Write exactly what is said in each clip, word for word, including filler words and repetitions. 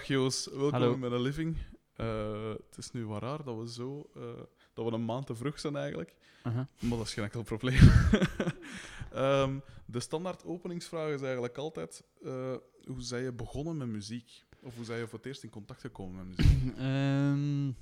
Dag Joos, welkom Hallo. in mijn living. Uh, het is nu wat raar dat we zo uh, dat we een maand te vroeg zijn eigenlijk, Uh-huh. maar dat is geen enkel probleem. um, de standaard openingsvraag is eigenlijk altijd: uh, hoe zijn je begonnen met muziek? Of hoe zijn je voor het eerst in contact gekomen met muziek? um,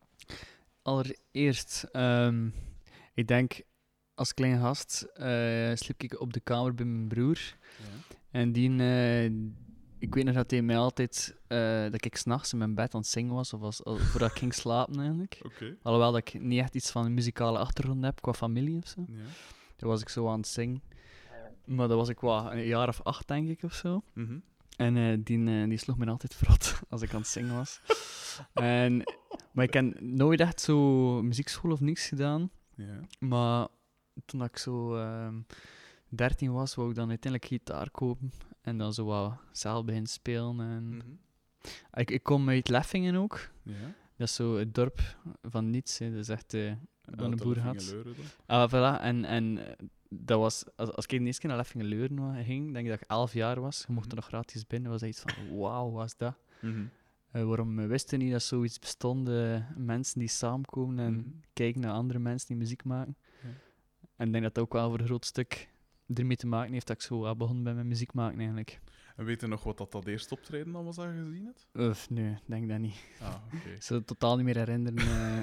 allereerst, um, ik denk als klein gast uh, sliep ik op de kamer bij mijn broer. Ja. En die, uh, ik weet nog dat hij mij altijd, uh, dat ik 's nachts in mijn bed aan het zingen was, of als, als, voordat ik ging slapen eigenlijk. Okay. Alhoewel dat ik niet echt iets van een muzikale achtergrond heb qua familie of zo. Ja. Toen was ik zo aan het zingen. Maar dat was ik wat, een jaar of acht denk ik of zo. Mm-hmm. En uh, die, uh, die sloeg me altijd verrot als ik aan het zingen was. en, maar ik heb nooit echt zo muziekschool of niks gedaan. Ja. Maar toen ik zo uh, dertien was, wou ik dan uiteindelijk gitaar kopen. En dan zo wat zelf beginnen spelen. En Mm-hmm. ik, ik kom uit Leffingen ook. Ja. Dat is zo het dorp van niets. Hè. Dat is echt uh, een boer had. Ah, voilà. En, en uh, dat was, als, als ik de eerste keer naar Leffingen-Leuren ging, denk ik dat ik elf jaar was. Je mocht er nog gratis binnen. Was dat iets van, wauw, wat is dat? Mm-hmm. Uh, waarom uh, wisten niet dat zoiets bestond? Uh, mensen die samenkomen en mm-hmm. kijken naar andere mensen die muziek maken. Ja. En ik denk dat dat ook wel voor een groot stuk ermee te maken heeft dat ik zo uh, begonnen ben met muziek maken eigenlijk. En weet je nog wat dat, dat eerste optreden dan was dat je gezien hebt? Uf, nee, ik denk dat niet. Ah, oké. Okay. Ik zou het totaal niet meer herinneren. Uh...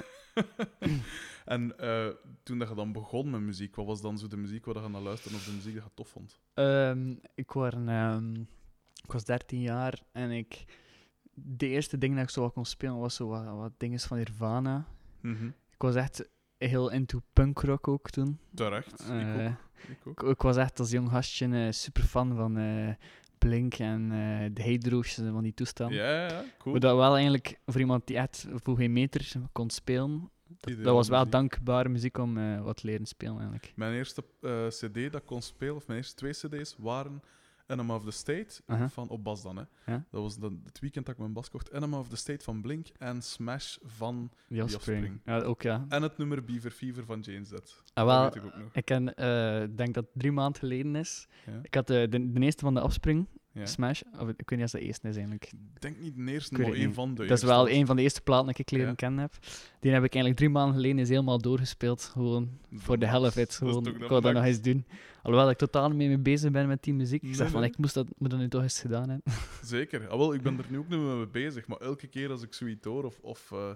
en uh, toen dat je dan begon met muziek, wat was dan zo de muziek waar je naar luisterde of de muziek dat je tof vond? Um, ik, waren, um, ik was dertien jaar en ik... De eerste ding dat ik zo wat kon spelen was zo wat, wat dingen van Nirvana. Mm-hmm. Ik was echt heel into punkrock ook toen. Terecht, uh, ik ook. Ik, ook. Ik, ik was echt als jong gastje uh, super fan van uh, Blink en uh, de Heydro's en van die toestanden. Ja, ja, cool. Maar dat wel eigenlijk voor iemand die echt voor geen meter kon spelen, dat, dat was wel muziek. Dankbare muziek om uh, wat te leren spelen eigenlijk. Mijn eerste uh, cd dat ik kon spelen, of mijn eerste twee cd's, waren Enema of the State, uh-huh. van, op bas dan. Hè. Ja? Dat was dan het weekend dat ik mijn bas kocht. Enema of the State van Blink en Smash van The Offspring. Ja, ook ja. En het nummer Beaver Fever van Jane Z. Ah, wel, dat weet ik ook nog. Ik ken, uh, denk dat het drie maanden geleden is. Ja? Ik had uh, de, de eerste van de Offspring, ja? Smash, of ik weet niet of dat de eerste is eigenlijk. Ik denk niet de eerste, maar één van de Dat eerste. is wel een van de eerste platen dat ik leren ja? kennen heb. Die heb ik eigenlijk drie maanden geleden is helemaal doorgespeeld. Gewoon dat voor de helft. Gewoon, ik wou dat nog eens doen. Alhoewel ik totaal niet mee bezig ben met die muziek. Ik nee, zeg van, nee. ik moest dat, moet dat nu toch eens gedaan hebben. Zeker. Ah, wel, ik ben er nu ook niet mee bezig. Maar elke keer als ik zoiets hoor, of... of uh,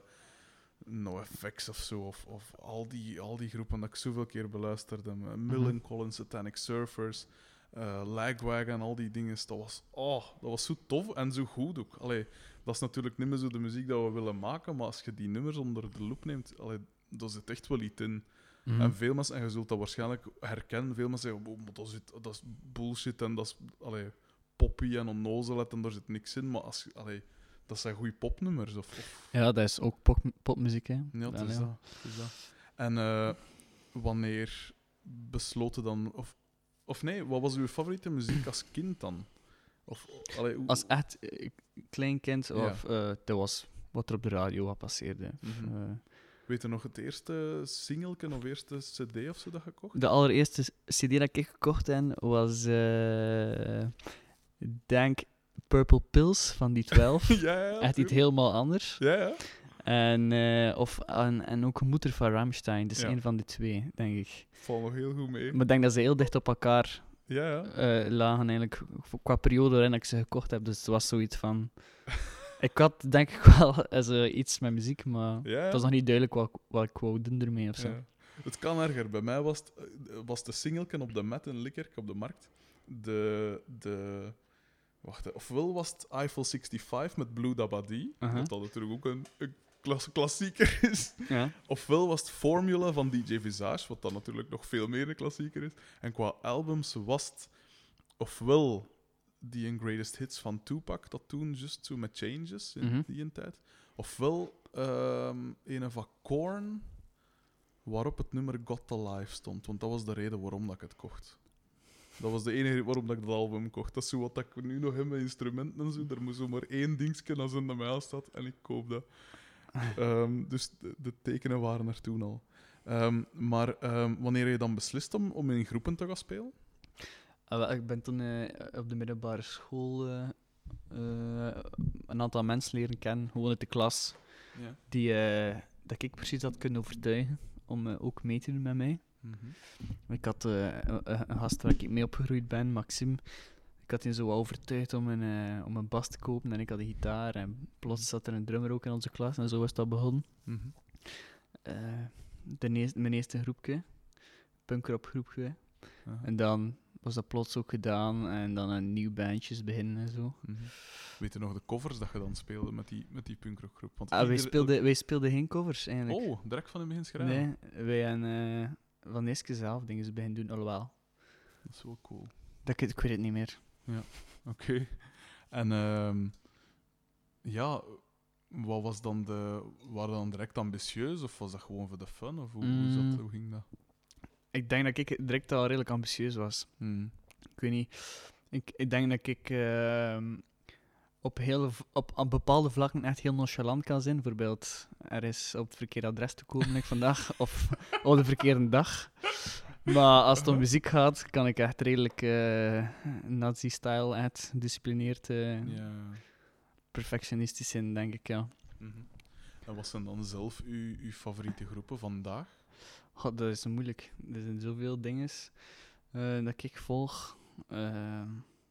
NoFX of zo, of, of al, die, al die groepen dat ik zoveel keer beluisterde. Uh, Millencolin, mm-hmm. Satanic Surfers, uh, Lagwagon, al die dingen. Dat was, oh, dat was zo tof en zo goed ook. Allee, dat is natuurlijk niet meer zo de muziek dat we willen maken, maar als je die nummers onder de loep neemt, allee, daar zit echt wel iets in. Mm-hmm. En veel mensen, en je zult dat waarschijnlijk herkennen, veel mensen zeggen, oh, maar dat, is, dat is bullshit en dat is allee, poppy en onnozelheid en daar zit niks in, maar als allee, dat zijn goede popnummers. Of, of... Ja, dat is ook pop, popmuziek, hè. Ja, dat is, dat, is dat. En uh, wanneer besloten dan... Of, of nee, wat was uw favoriete muziek als kind dan? Of, allee, hoe... Als echt uh, klein kind, ja. of, uh, dat was wat er op de radio wat passeerde. Mm-hmm. Uh, Weet je nog het eerste singelken of eerste cd of zo dat je kocht? De allereerste cd dat ik gekocht heb was... Uh, denk... Purple Pills van die twaalf. ja, ja, echt iets helemaal anders. Ja, ja. En, uh, of, en, en ook Moeder van Rammstein. Dus ja. Een van de twee, denk ik. Valt nog heel goed mee. Maar ik denk dat ze heel dicht op elkaar ja, ja. Uh, lagen eigenlijk. Qua periode waarin ik ze gekocht heb. Dus het was zoiets van... ik had denk ik wel uh, iets met muziek, maar ja, ja. het was nog niet duidelijk wat, wat ik wou doen ermee of zo. Ja. Het kan erger. Bij mij was, het, was de singelken op de Met in Likkerk op de markt. De... de Wacht, ofwel was het Eiffel vijfenzestig met Blue Dabadi, uh-huh. dat dat natuurlijk ook een, een klas- klassieker is. Ja. Ofwel was het Formula van D J Visage, wat dan natuurlijk nog veel meer een klassieker is. En qua albums was het ofwel die Greatest Hits van Tupac, dat toen juist zo met Changes in uh-huh. die tijd. Ofwel um, een van Korn, waarop het nummer Got to Life stond, want dat was de reden waarom dat ik het kocht. Dat was de enige waarom dat ik dat album kocht. Dat is zo wat ik nu nog heb met instrumenten en zo. Er moest zo maar één dingetje als in de mail staat en ik koop dat. Um, dus de, de tekenen waren er toen al. Um, maar um, wanneer je dan beslist om, om in groepen te gaan spelen? Uh, ik ben toen uh, op de middelbare school uh, uh, een aantal mensen leren kennen, gewoon uit de klas, ja. die uh, dat ik precies had kunnen overtuigen om uh, ook mee te doen met mij. Mm-hmm. Ik had uh, een, een gast waar ik mee opgegroeid ben, Maxime. Ik had hem zo overtuigd om een, uh, om een bas te kopen en ik had een gitaar. En plots zat er een drummer ook in onze klas en zo was dat begonnen. Mm-hmm. Uh, de neest, mijn eerste groepje, punkrock groepje. Uh-huh. En dan was dat plots ook gedaan en dan een nieuw bandjes beginnen en zo. Mm-hmm. Weet je nog de covers dat je dan speelde met die, met die punkrockgroep? Want ah, ieder... wij, speelden, wij speelden geen covers eigenlijk. Oh, direct van het begin schrijven? Nee, wij hebben uh, van eerst zelf dingen beginnen doen, alhoewel. Dat is wel cool. Dat, ik, ik weet het niet meer. Ja, oké. Okay. En um, ja, wat was dan de... Waren dan direct ambitieus of was dat gewoon voor de fun? Of hoe, mm. hoe, zat, hoe ging dat? Ik denk dat ik direct al redelijk ambitieus was. Mm. Ik weet niet. Ik, ik denk dat ik uh, op, heel, op, op bepaalde vlakken echt heel nonchalant kan zijn. Bijvoorbeeld, er is op het verkeerde adres te komen ik vandaag, of op de verkeerde dag. Maar als het om muziek gaat, kan ik echt redelijk uh, nazi-style, echt disciplineerd, uh, ja. perfectionistisch zijn, denk ik, ja. Mm-hmm. En wat zijn dan zelf uw, uw favoriete groepen vandaag? God, dat is moeilijk. Er zijn zoveel dingen uh, dat ik volg. Uh,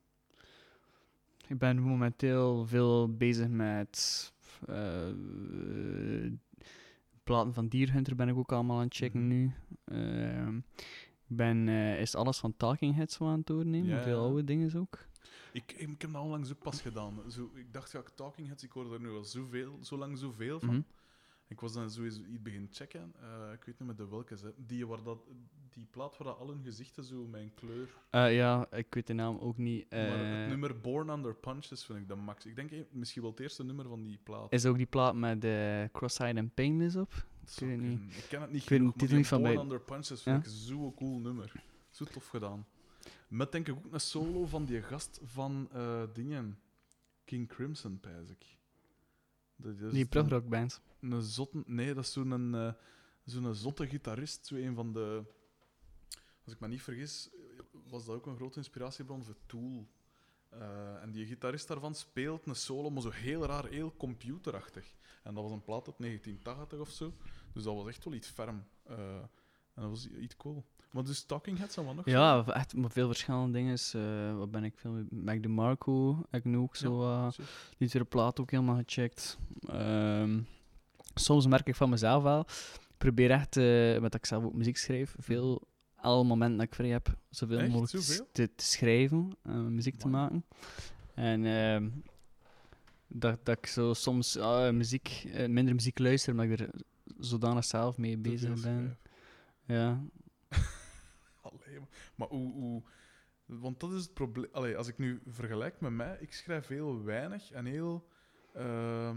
ik ben momenteel veel bezig met uh, uh, platen van Deerhunter ben ik ook allemaal aan het checken mm-hmm. nu. Uh, ik ben uh, is alles van Talking Heads zo aan het doornemen, ja, veel oude dingen ook. Ik, ik, ik heb dat onlangs ook pas gedaan. Zo, ik dacht, ja, Talking Heads, ik hoorde er nu al zoveel, zo lang zoveel van. Mm-hmm. Ik was dan sowieso iets beginnen checken. Uh, ik weet niet meer de welke. Hè. Die, waar dat, die plaat waar dat al hun gezichten zo met een kleur... Uh, ja, ik weet de naam ook niet. Uh, maar het nummer Born Under Punches vind ik de max. Ik denk misschien wel het eerste nummer van die plaat. Is ook die plaat met uh, Cross-Eyed and Painless op? Ik weet het niet. Ik ken het niet ik genoeg, maar die niet van Born bij... Under Punches vind ja? ik zo'n cool nummer. Zo tof gedaan. Met denk ik ook een solo van die gast van uh, dingen. King Crimson, pijs ik. Dat is die progrockband. Een zotte... Nee, dat is zo'n uh, zo'n zotte gitarist. Zo een van de... Als ik me niet vergis, was dat ook een grote inspiratiebron voor Tool. Uh, en die gitarist daarvan speelt een solo, maar zo heel raar, heel computerachtig. En dat was een plaat uit negentien tachtig of zo. Dus dat was echt wel iets ferm. Uh, en dat was iets cool. Maar dus Talking Heads en wat nog? Ja, zo? Echt veel verschillende dingen. Uh, wat ben ik veel met Mac DeMarco, heb ik nu ook zo... Uh, ja, die tweede plaat ook helemaal gecheckt. Um, soms merk ik van mezelf wel. Ik probeer echt, uh, met dat ik zelf ook muziek schrijf, veel... Alle momenten dat ik vrij heb, zoveel echt? mogelijk Zoveel? te, te schrijven, uh, muziek Man. te maken. En uh, dat, dat ik zo soms uh, muziek, uh, minder muziek luister, omdat ik er zodanig zelf mee te bezig ben. Ja. Allee, maar, maar hoe, hoe... Want dat is het probleem. Allee, als ik nu vergelijk met mij, ik schrijf heel weinig en heel... Uh,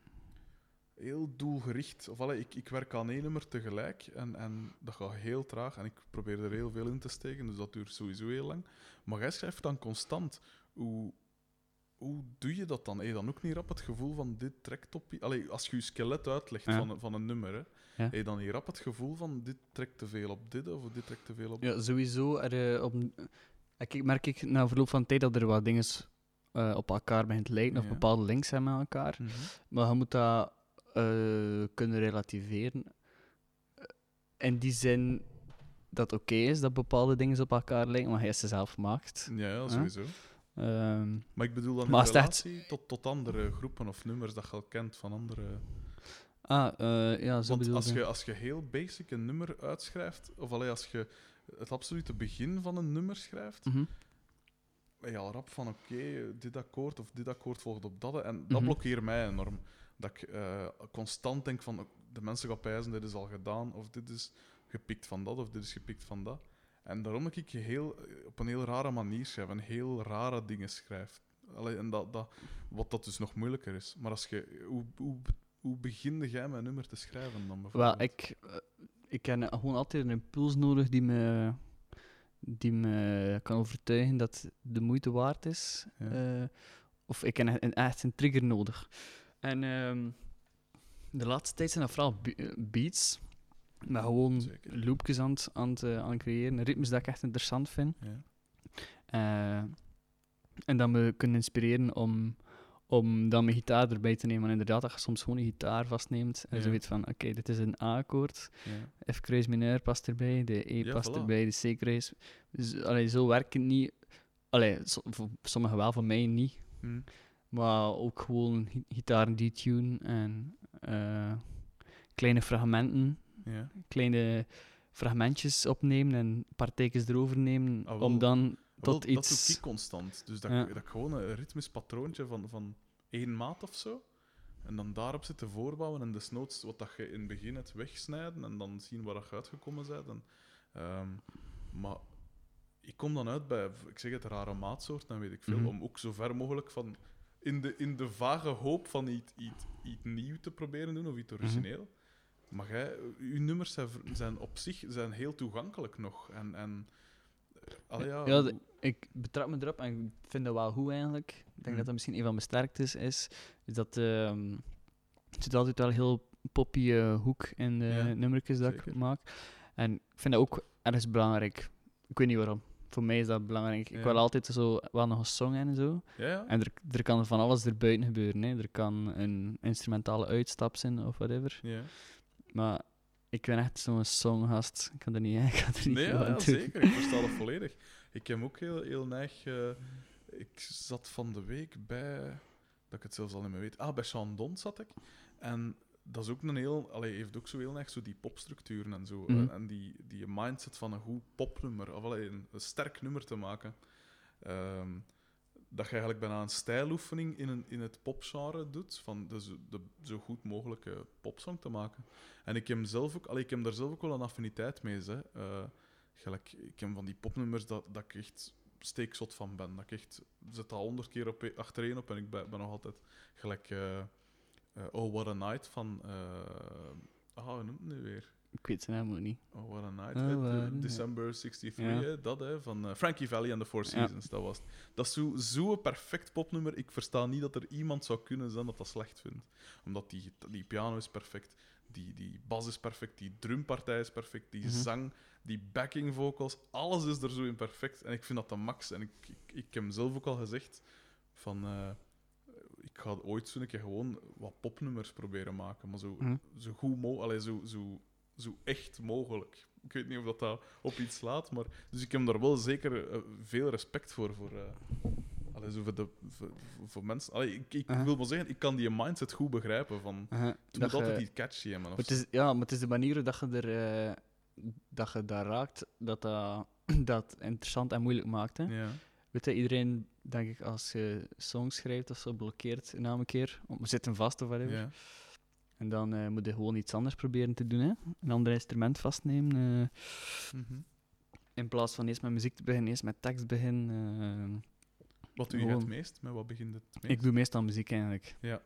heel doelgericht. Of allee, ik, ik werk aan één nummer tegelijk en, en dat gaat heel traag en ik probeer er heel veel in te steken, dus dat duurt sowieso heel lang. Maar jij schrijft dan constant. Hoe, hoe doe je dat dan? Heb je dan ook niet rap het gevoel van dit trekt op... Allee, als je je skelet uitlegt ja. van, van een nummer, hè, ja. heb je dan niet rap het gevoel van dit trekt te veel op dit of dit trekt te veel op... Ja, sowieso. Er, uh, op, ik merk ik na verloop van tijd dat er wat dingen uh, op elkaar begint te lijken, ja. of bepaalde links hebben met elkaar. Mm-hmm. Maar je moet dat... Uh, kunnen relativeren. Uh, in die zin dat het oké okay is dat bepaalde dingen op elkaar lijken, maar hij ze zelf maakt. Ja, ja sowieso. Uh, um, maar ik bedoel dan in relatie echt... tot, tot andere groepen of nummers dat je al kent van andere... Ah, uh, ja, zo Want bedoel als je. je, als je heel basic een nummer uitschrijft, of allee, als je het absolute begin van een nummer schrijft, mm-hmm. ben je al rap van oké, okay, dit akkoord of dit akkoord volgt op dat. En dat mm-hmm. blokkeert mij enorm. Dat ik uh, constant denk van, de mensen gaan pijzen, dit is al gedaan, of dit is gepikt van dat, of dit is gepikt van dat. En daarom dat ik heel, op een heel rare manier schrijf, en heel rare dingen schrijf. Allee, en dat, dat, wat dat dus nog moeilijker is. Maar als je, hoe, hoe, hoe begin jij met een nummer te schrijven dan bijvoorbeeld? Wel, ik, uh, ik heb gewoon altijd een impuls nodig die me, die me kan overtuigen dat het de moeite waard is. Ja. Uh, of ik heb een, echt een trigger nodig. En um, de laatste tijd zijn dat vooral be- beats, maar gewoon Zeker. loopjes aan het, aan, het, uh, aan het creëren, ritmes dat ik echt interessant vind. Ja. Uh, En dat me kunnen inspireren om, om dan mijn gitaar erbij te nemen. En inderdaad, dat je soms gewoon een gitaar vastneemt. En Ja. zo weet van, oké, okay, dit is een A-akkoord. Ja. F kruis mineur past erbij, de E Ja, past voilà. erbij, de C kruis. Dus, allee, zo werkt het niet. Allee, so, voor sommigen wel, voor mij niet. Hm. Maar ook gewoon gi- gitaar detune en uh, kleine fragmenten, Ja. kleine fragmentjes opnemen en een paar tekens erover nemen, Ah, wel. om dan tot Wel, iets... Dat doe ik constant. Dus dat, Ja. dat ik gewoon een ritmisch patroontje van, van één maat of zo. En dan daarop zitten voorbouwen en desnoods wat dat je in het begin hebt wegsnijden en dan zien waar dat je uitgekomen bent. En, um, maar ik kom dan uit bij, ik zeg het, rare maatsoort, dan weet ik veel, Mhm. om ook zo ver mogelijk van... In de, in de vage hoop van iets, iets, iets nieuws te proberen doen, of iets origineel. Maar jij, uw nummers zijn, zijn op zich zijn heel toegankelijk nog. En, en, allee, ja, Ja, de- ik betrap me erop en ik vind dat wel goed eigenlijk. Ik denk Mm. dat dat misschien een van mijn sterktes is. Is dat ehm er zit altijd wel een heel poppy eh, hoek in de Ja, nummertjes dat zeker. ik maak. En ik vind dat ook ergens belangrijk. Ik weet niet waarom. Voor mij is dat belangrijk. Ik Ja. wil altijd zo wel nog een song en zo. ja, ja. En er, er kan van alles erbuiten gebeuren. Hè. Er kan een instrumentale uitstap zijn of whatever. ja. Maar ik ben echt zo'n songgast. Ik kan er niet, ik kan er niet Nee, veel ja, aan ja, doen. zeker. Ik versta dat volledig. Ik heb ook heel, heel neig... eh, ik zat van de week bij... Dat ik het zelfs al niet meer weet. Ah, bij Sean Don zat ik. En dat is ook een heel... Allee, heeft ook zo heel neig zo die popstructuren en zo. Mhm. En, en die, die mindset van een goed popnummer. Of allee, een, een sterk nummer te maken. Ehm, dat je eigenlijk bijna een stijloefening in, een, in het popgenre doet. Van de, zo- de zo goed mogelijke popsong te maken. En ik heb, zelf ook, allee, ik heb daar zelf ook wel een affiniteit mee. Hè. Uh, gelijk, ik heb van die popnummers dat, dat ik echt steekzot van ben. Dat ik echt zet al honderd keer op, achtereen op en ik ben, ben nog altijd gelijk... Uh, uh, Oh, What a Night van... Uh, ah, hoe noemt het nu weer? Ik weet zijn naam ook niet. Oh, What a Night. Oh, hè, what de- a- December zesentachtig, Ja. hè, dat hè, van uh, Frankie Valli and the Four Ja. Seasons. Dat was het. Dat is zo'n zo perfect popnummer. Ik versta niet dat er iemand zou kunnen zijn dat dat slecht vindt. Omdat die, die piano is perfect, die, die bas is perfect, die drumpartij is perfect, die Mhm. zang, die backing vocals, alles is er zo in perfect. En ik vind dat de max. En ik, ik, ik heb zelf ook al gezegd van... Uh, ik ga ooit zo een keer gewoon wat popnummers proberen maken, maar zo, Mhm. zo goed mogelijk, allee, zo, zo, zo echt mogelijk. Ik weet niet of dat, dat op iets slaat, maar... Dus ik heb daar wel zeker uh, veel respect voor, voor, uh, allee, zo voor, de, voor, voor mensen... Allee, ik ik Uh-huh. wil maar zeggen, ik kan die mindset goed begrijpen, van... Uh-huh. Het Dat moet je- altijd iets catchy hebben, of Maar het zo. is, ja, maar het is de manier hoe dat je, er, eh, dat je daar raakt, dat dat, dat interessant en moeilijk maakt. Hè? Ja. Weet je, iedereen, denk ik, als je songs schrijft of zo, blokkeert na een keer. We zitten vast of whatever. Ja. En dan eh, moet je gewoon iets anders proberen te doen. Hè? Een ander instrument vastnemen. eh, Mhm. in plaats van eerst met muziek te beginnen, eerst met tekst beginnen. Wat doe je Gewoon- het meest? Met wat begint het eh. meest? ik doe meestal muziek eigenlijk. Ja.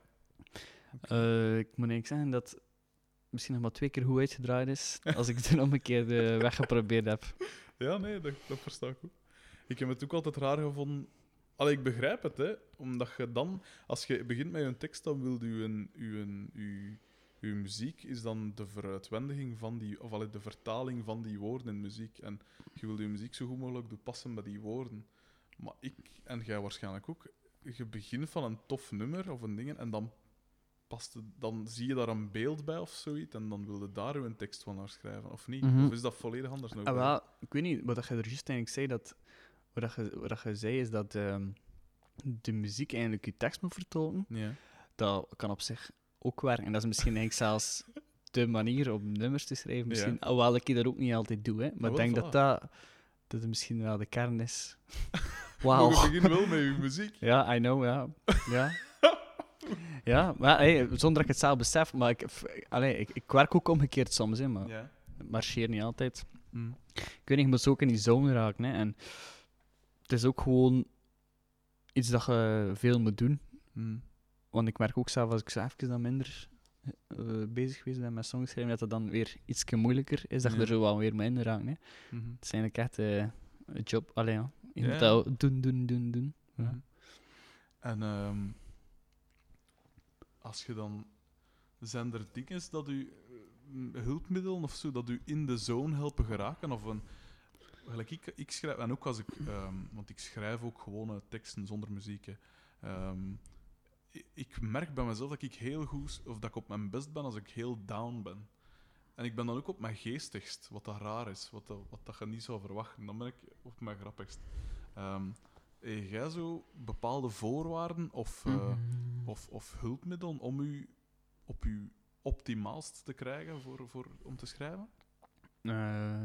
Eh, ik moet eigenlijk zeggen dat misschien nog maar twee keer goed uitgedraaid is, als ik het nog een keer de weg geprobeerd heb. Ja, nee, dat, dat versta ik ook. Ik heb het ook altijd raar gevonden. Allee, ik begrijp het, hè. Omdat je dan... Als je begint met je tekst, dan wil je een, uw, uw, uw muziek is dan de veruitwendiging van die... Of allee, de vertaling van die woorden in muziek. En je wil je muziek zo goed mogelijk doen passen bij die woorden. Maar ik, en jij waarschijnlijk ook, je begint van een tof nummer of een ding en dan... Past het, dan zie je daar een beeld bij of zoiets en dan wil je daar een tekst van naar schrijven, of niet? Mhm. Of is dat volledig anders nog? Ah, wel, ik weet niet, wat dat je er juist eigenlijk zei, dat, wat, dat je, wat dat je zei is dat ehm, de muziek eigenlijk je tekst moet vertolken. Ja. Dat kan op zich ook werken. En dat is misschien eigenlijk zelfs de manier om nummers te schrijven. Misschien, Ja. alhoewel ik dat ook niet altijd doe, hè. Maar Ah, ik denk wel, dat, voilà. dat dat het misschien wel de kern is. Maar Wauw. je begint wel met je muziek. Ja, I know, ja. Ja, ja maar hey, zonder dat ik het zelf besef, maar ik, f- allee, ik, ik werk ook omgekeerd soms, hè, maar Ja. het marcheert niet altijd. Hm. Ik weet niet, je moet zo ook in die zone raken. Hè. En het is ook gewoon iets dat je veel moet doen. Hm. Want ik merk ook zelf, als ik zo even dan minder eh, bezig geweest ben met songschrijven, dat het dan weer iets moeilijker is, dat je Ja. er zo wel weer mee in raakt. Hè. Mhm. Het is eigenlijk echt eh, een job. Allee, ja. Je Ja. moet dat doen, doen, doen, doen. Ja. Mhm. En ehm, als je dan... Zijn er dingen dat u... eh, hulpmiddelen of zo, dat u in de zone helpen geraken? Of een... gelijk ik, ik schrijf, en ook als ik, um, want ik schrijf ook gewone teksten zonder muziek. Hè. Um, ik, ik merk bij mezelf dat ik heel goed, of dat ik op mijn best ben als ik heel down ben. En ik ben dan ook op mijn geestigst, wat dat raar is, wat dat, wat dat je niet zou verwachten. Dan ben ik op mijn grappigst. Um, heb jij zo bepaalde voorwaarden of, uh, mm-hmm. of, of hulpmiddelen om u op uw optimaalst te krijgen voor, voor, om te schrijven? Uh,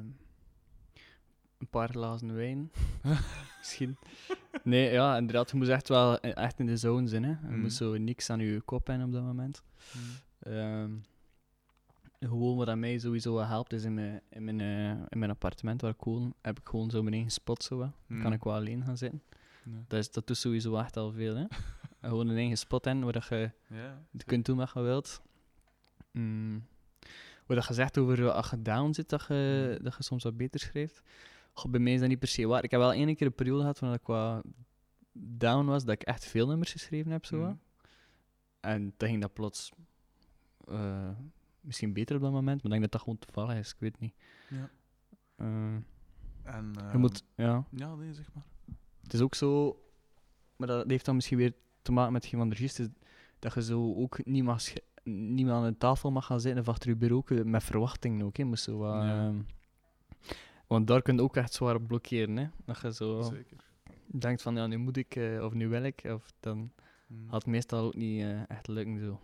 een paar glazen wijn. Misschien. Nee, ja, inderdaad. Je moet echt wel echt in de zone zijn. Hè. Je mm. moet zo niks aan je kop hebben op dat moment. Mm. Um, gewoon wat aan mij sowieso helpt is in mijn, in mijn, uh, in mijn appartement waar ik woon, heb ik gewoon zo mijn eigen spot. Zo, dan mm. kan ik wel alleen gaan zitten. Nee. Dat, is, dat doet sowieso echt al veel. Hè. Gewoon een eigen spot in waar dat je yeah, kunt doen wat je wilt. Mm. Wat je zegt over als je down zit, dat je, mm. dat je soms wat beter schrijft. Goh, bij mij is dat niet per se waar. Ik heb wel één keer een periode gehad waar ik wat down was, dat ik echt veel nummers geschreven heb. Zo. Mm. En dan ging dat plots uh, misschien beter op dat moment, maar ik denk dat dat gewoon toevallig is. Ik weet niet. Ja. Uh, en, uh, je moet, ja. Ja, nee, zeg maar. Het is ook zo, maar dat heeft dan misschien weer te maken met hetgeen van de regist, is dat je zo ook niet mag sch- niet meer aan een tafel mag gaan zitten of achter je bureau met verwachtingen ook. Hè. Moet zo, uh, ja. uh, want daar kun je ook echt zwaar op blokkeren. Hè. Dat je zo Zeker. denkt van, ja, nu moet ik, uh, of nu wil ik, of dan hmm. gaat het meestal ook niet uh, echt lukken. Zo.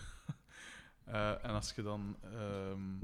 uh, en als je dan um,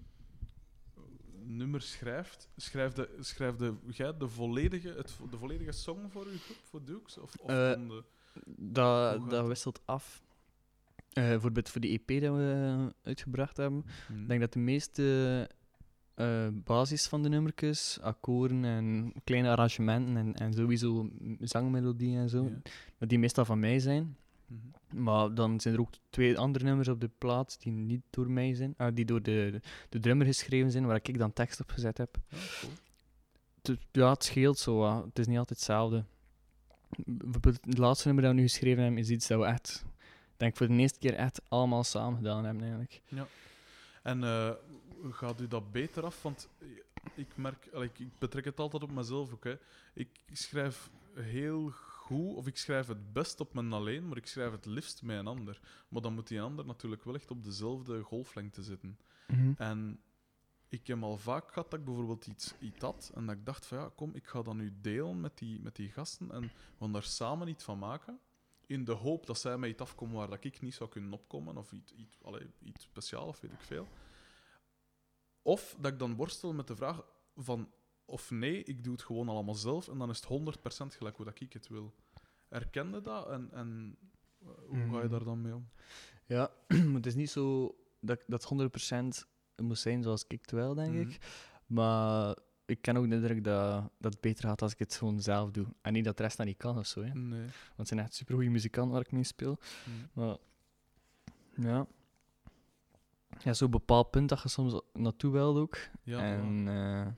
nummers schrijft, schrijf de, schrijf de, jij de, volledige, het, de volledige song voor je groep, voor Dukes? Of, of uh, de, dat dat wisselt af. Uh, bijvoorbeeld voor die E P dat we uh, uitgebracht hebben. Hmm. Ik denk dat de meeste uh, basis van de nummertjes, akkoorden en kleine arrangementen en, en sowieso zangmelodieën en zo, yeah. dat die meestal van mij zijn. Mm-hmm. Maar dan zijn er ook twee andere nummers op de plaat die niet door mij zijn, uh, die door de, de, de drummer geschreven zijn, waar ik dan tekst op gezet heb. Oh, cool. T- ja, het scheelt zo. Uh, het is niet altijd hetzelfde. Bijvoorbeeld het laatste nummer dat we nu geschreven hebben is iets dat we echt... Ik denk voor de eerste keer echt allemaal samen gedaan hebben, eigenlijk. Ja. En uh, gaat u dat beter af? Want ik merk... Ik, ik betrek het altijd op mezelf ook. Hè. Ik schrijf heel goed, of ik schrijf het best op mijn alleen, maar ik schrijf het liefst met een ander. Maar dan moet die ander natuurlijk wel echt op dezelfde golflengte zitten. Mm-hmm. En ik heb al vaak gehad dat ik bijvoorbeeld iets, iets had, en dat ik dacht van ja, kom, ik ga dat nu delen met die, met die gasten, en we gaan daar samen iets van maken. In de hoop dat zij met iets afkomen waar dat ik niet zou kunnen opkomen, of iets, iets, allee, iets speciaals, of weet ik veel. Of dat ik dan worstel met de vraag van, of nee, ik doe het gewoon allemaal zelf, en dan is het honderd procent gelijk hoe dat ik het wil. Herken je dat? En, en hoe ga je daar dan mee om? Ja, het is niet zo dat dat honderd procent moet zijn zoals ik het wil, denk mm-hmm. ik. Maar ik ken ook de indruk dat, dat het beter gaat als ik het gewoon zelf doe. En niet dat de rest dat niet kan of zo. Hè. Nee. Want het zijn echt supergoeie muzikanten waar ik mee speel. Mm. Maar ja. Ja, zo'n bepaald punt dat je soms naartoe wilt ook. Ja, en uh,